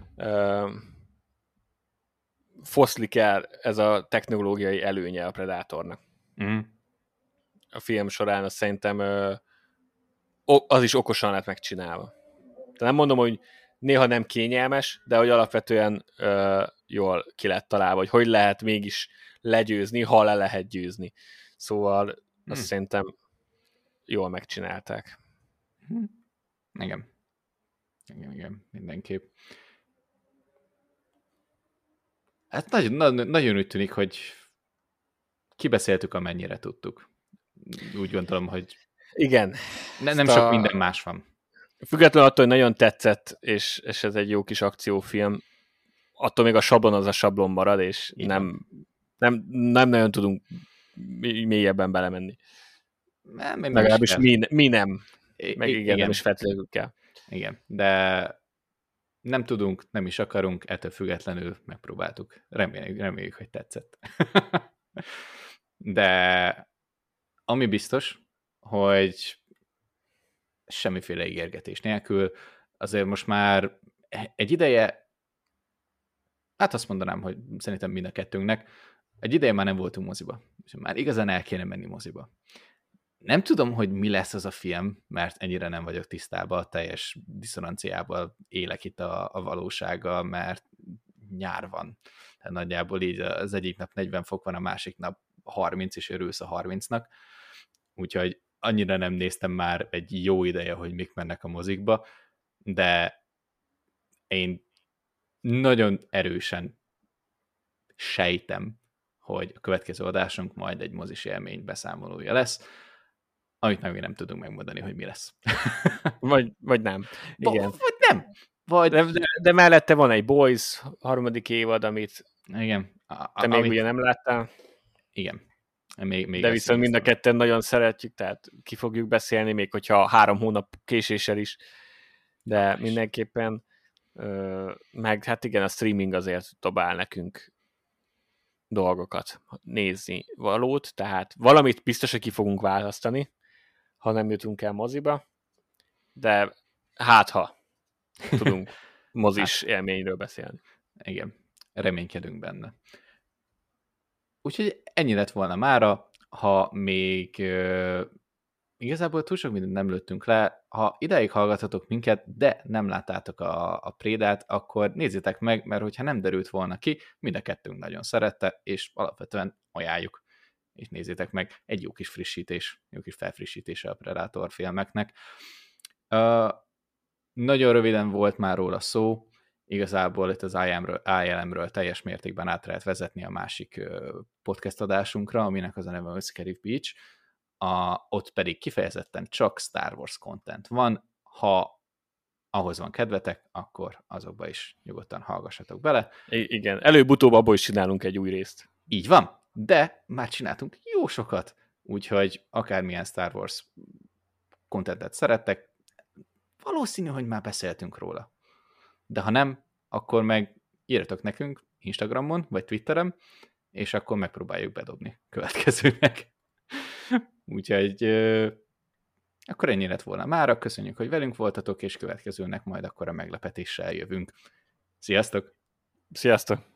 foszlik el ez a technológiai előnye a Predatornak. A film során azt szerintem az is okosan lett megcsinálva. Tehát nem mondom, hogy néha nem kényelmes, de hogy alapvetően jól ki lett találva, hogy lehet mégis legyőzni, ha le lehet győzni. Szóval azt szerintem jól megcsinálták. Igen, mindenképp. Hát nagyon úgy tűnik, hogy kibeszéltük, amennyire tudtuk. Úgy gondolom, hogy igen. Nem sok minden más van. Függetlenül attól, hogy nagyon tetszett, és ez egy jó kis akciófilm, attól még a sablon az a sablon marad, és nem nagyon tudunk mélyebben belemenni. Legalábbis mi nem. Meg igen, nem is feltétlenül kell. Igen, de nem tudunk, nem is akarunk, ettől függetlenül megpróbáltuk. Reméljük, hogy tetszett. De ami biztos, hogy semmiféle ígérgetés nélkül, azért most már egy ideje, hát azt mondanám, hogy szerintem mind a kettőnknek, egy ideje már nem voltunk moziba. És már igazán el kéne menni moziba. Nem tudom, hogy mi lesz az a film, mert ennyire nem vagyok tisztában, a teljes diszonanciával élek itt a valósággal, mert nyár van. Tehát nagyjából így az egyik nap 40 fok van, a másik nap 30, és örülsz a 30-nak. Úgyhogy annyira nem néztem már egy jó ideje, hogy mik mennek a mozikba, de én nagyon erősen sejtem, hogy a következő adásunk majd egy mozis élmény beszámolója lesz, amit meg még nem tudunk megmondani, hogy mi lesz. Vagy nem. Igen. Vagy nem. Vagy... De mellette van egy Boys harmadik évad, amit Igen. te még ugye nem láttál. Igen. Még de viszont mind a ketten nagyon szeretjük, tehát ki fogjuk beszélni, még hogyha 3 hónap késéssel is, de mindenképpen meg hát igen, a streaming azért dobál nekünk dolgokat nézni valót, tehát valamit biztos, hogy ki fogunk választani, ha nem jutunk el moziba, de hát ha tudunk mozis élményről beszélni. Igen, reménykedünk benne. Úgyhogy ennyi lett volna mára, ha még igazából túl sok mindent nem lőttünk le, ha ideig hallgathatok minket, de nem láttátok a Prédát, akkor nézzétek meg, mert hogyha nem derült volna ki, mind a kettőnk nagyon szerette, és alapvetően ajánljuk, és nézzétek meg, egy jó kis frissítés, jó kis felfrissítése a Predator filmeknek. Nagyon röviden volt már róla szó, igazából itt az ILM-ről teljes mértékben át lehet vezetni a másik podcast adásunkra, aminek az a neve, hogy Scary Beach, ott pedig kifejezetten csak Star Wars content van, ha ahhoz van kedvetek, akkor azokba is nyugodtan hallgassatok bele. Igen, előbb-utóbb abból is csinálunk egy új részt. Így van, de már csináltunk jó sokat, úgyhogy akármilyen Star Wars contentet szerettek, valószínű, hogy már beszéltünk róla. De ha nem, akkor meg írjatok nekünk Instagramon, vagy Twitteren, és akkor megpróbáljuk bedobni következőnek. Úgyhogy akkor ennyi lett volna mára. Köszönjük, hogy velünk voltatok, és következőnek majd akkor a meglepetéssel jövünk. Sziasztok! Sziasztok!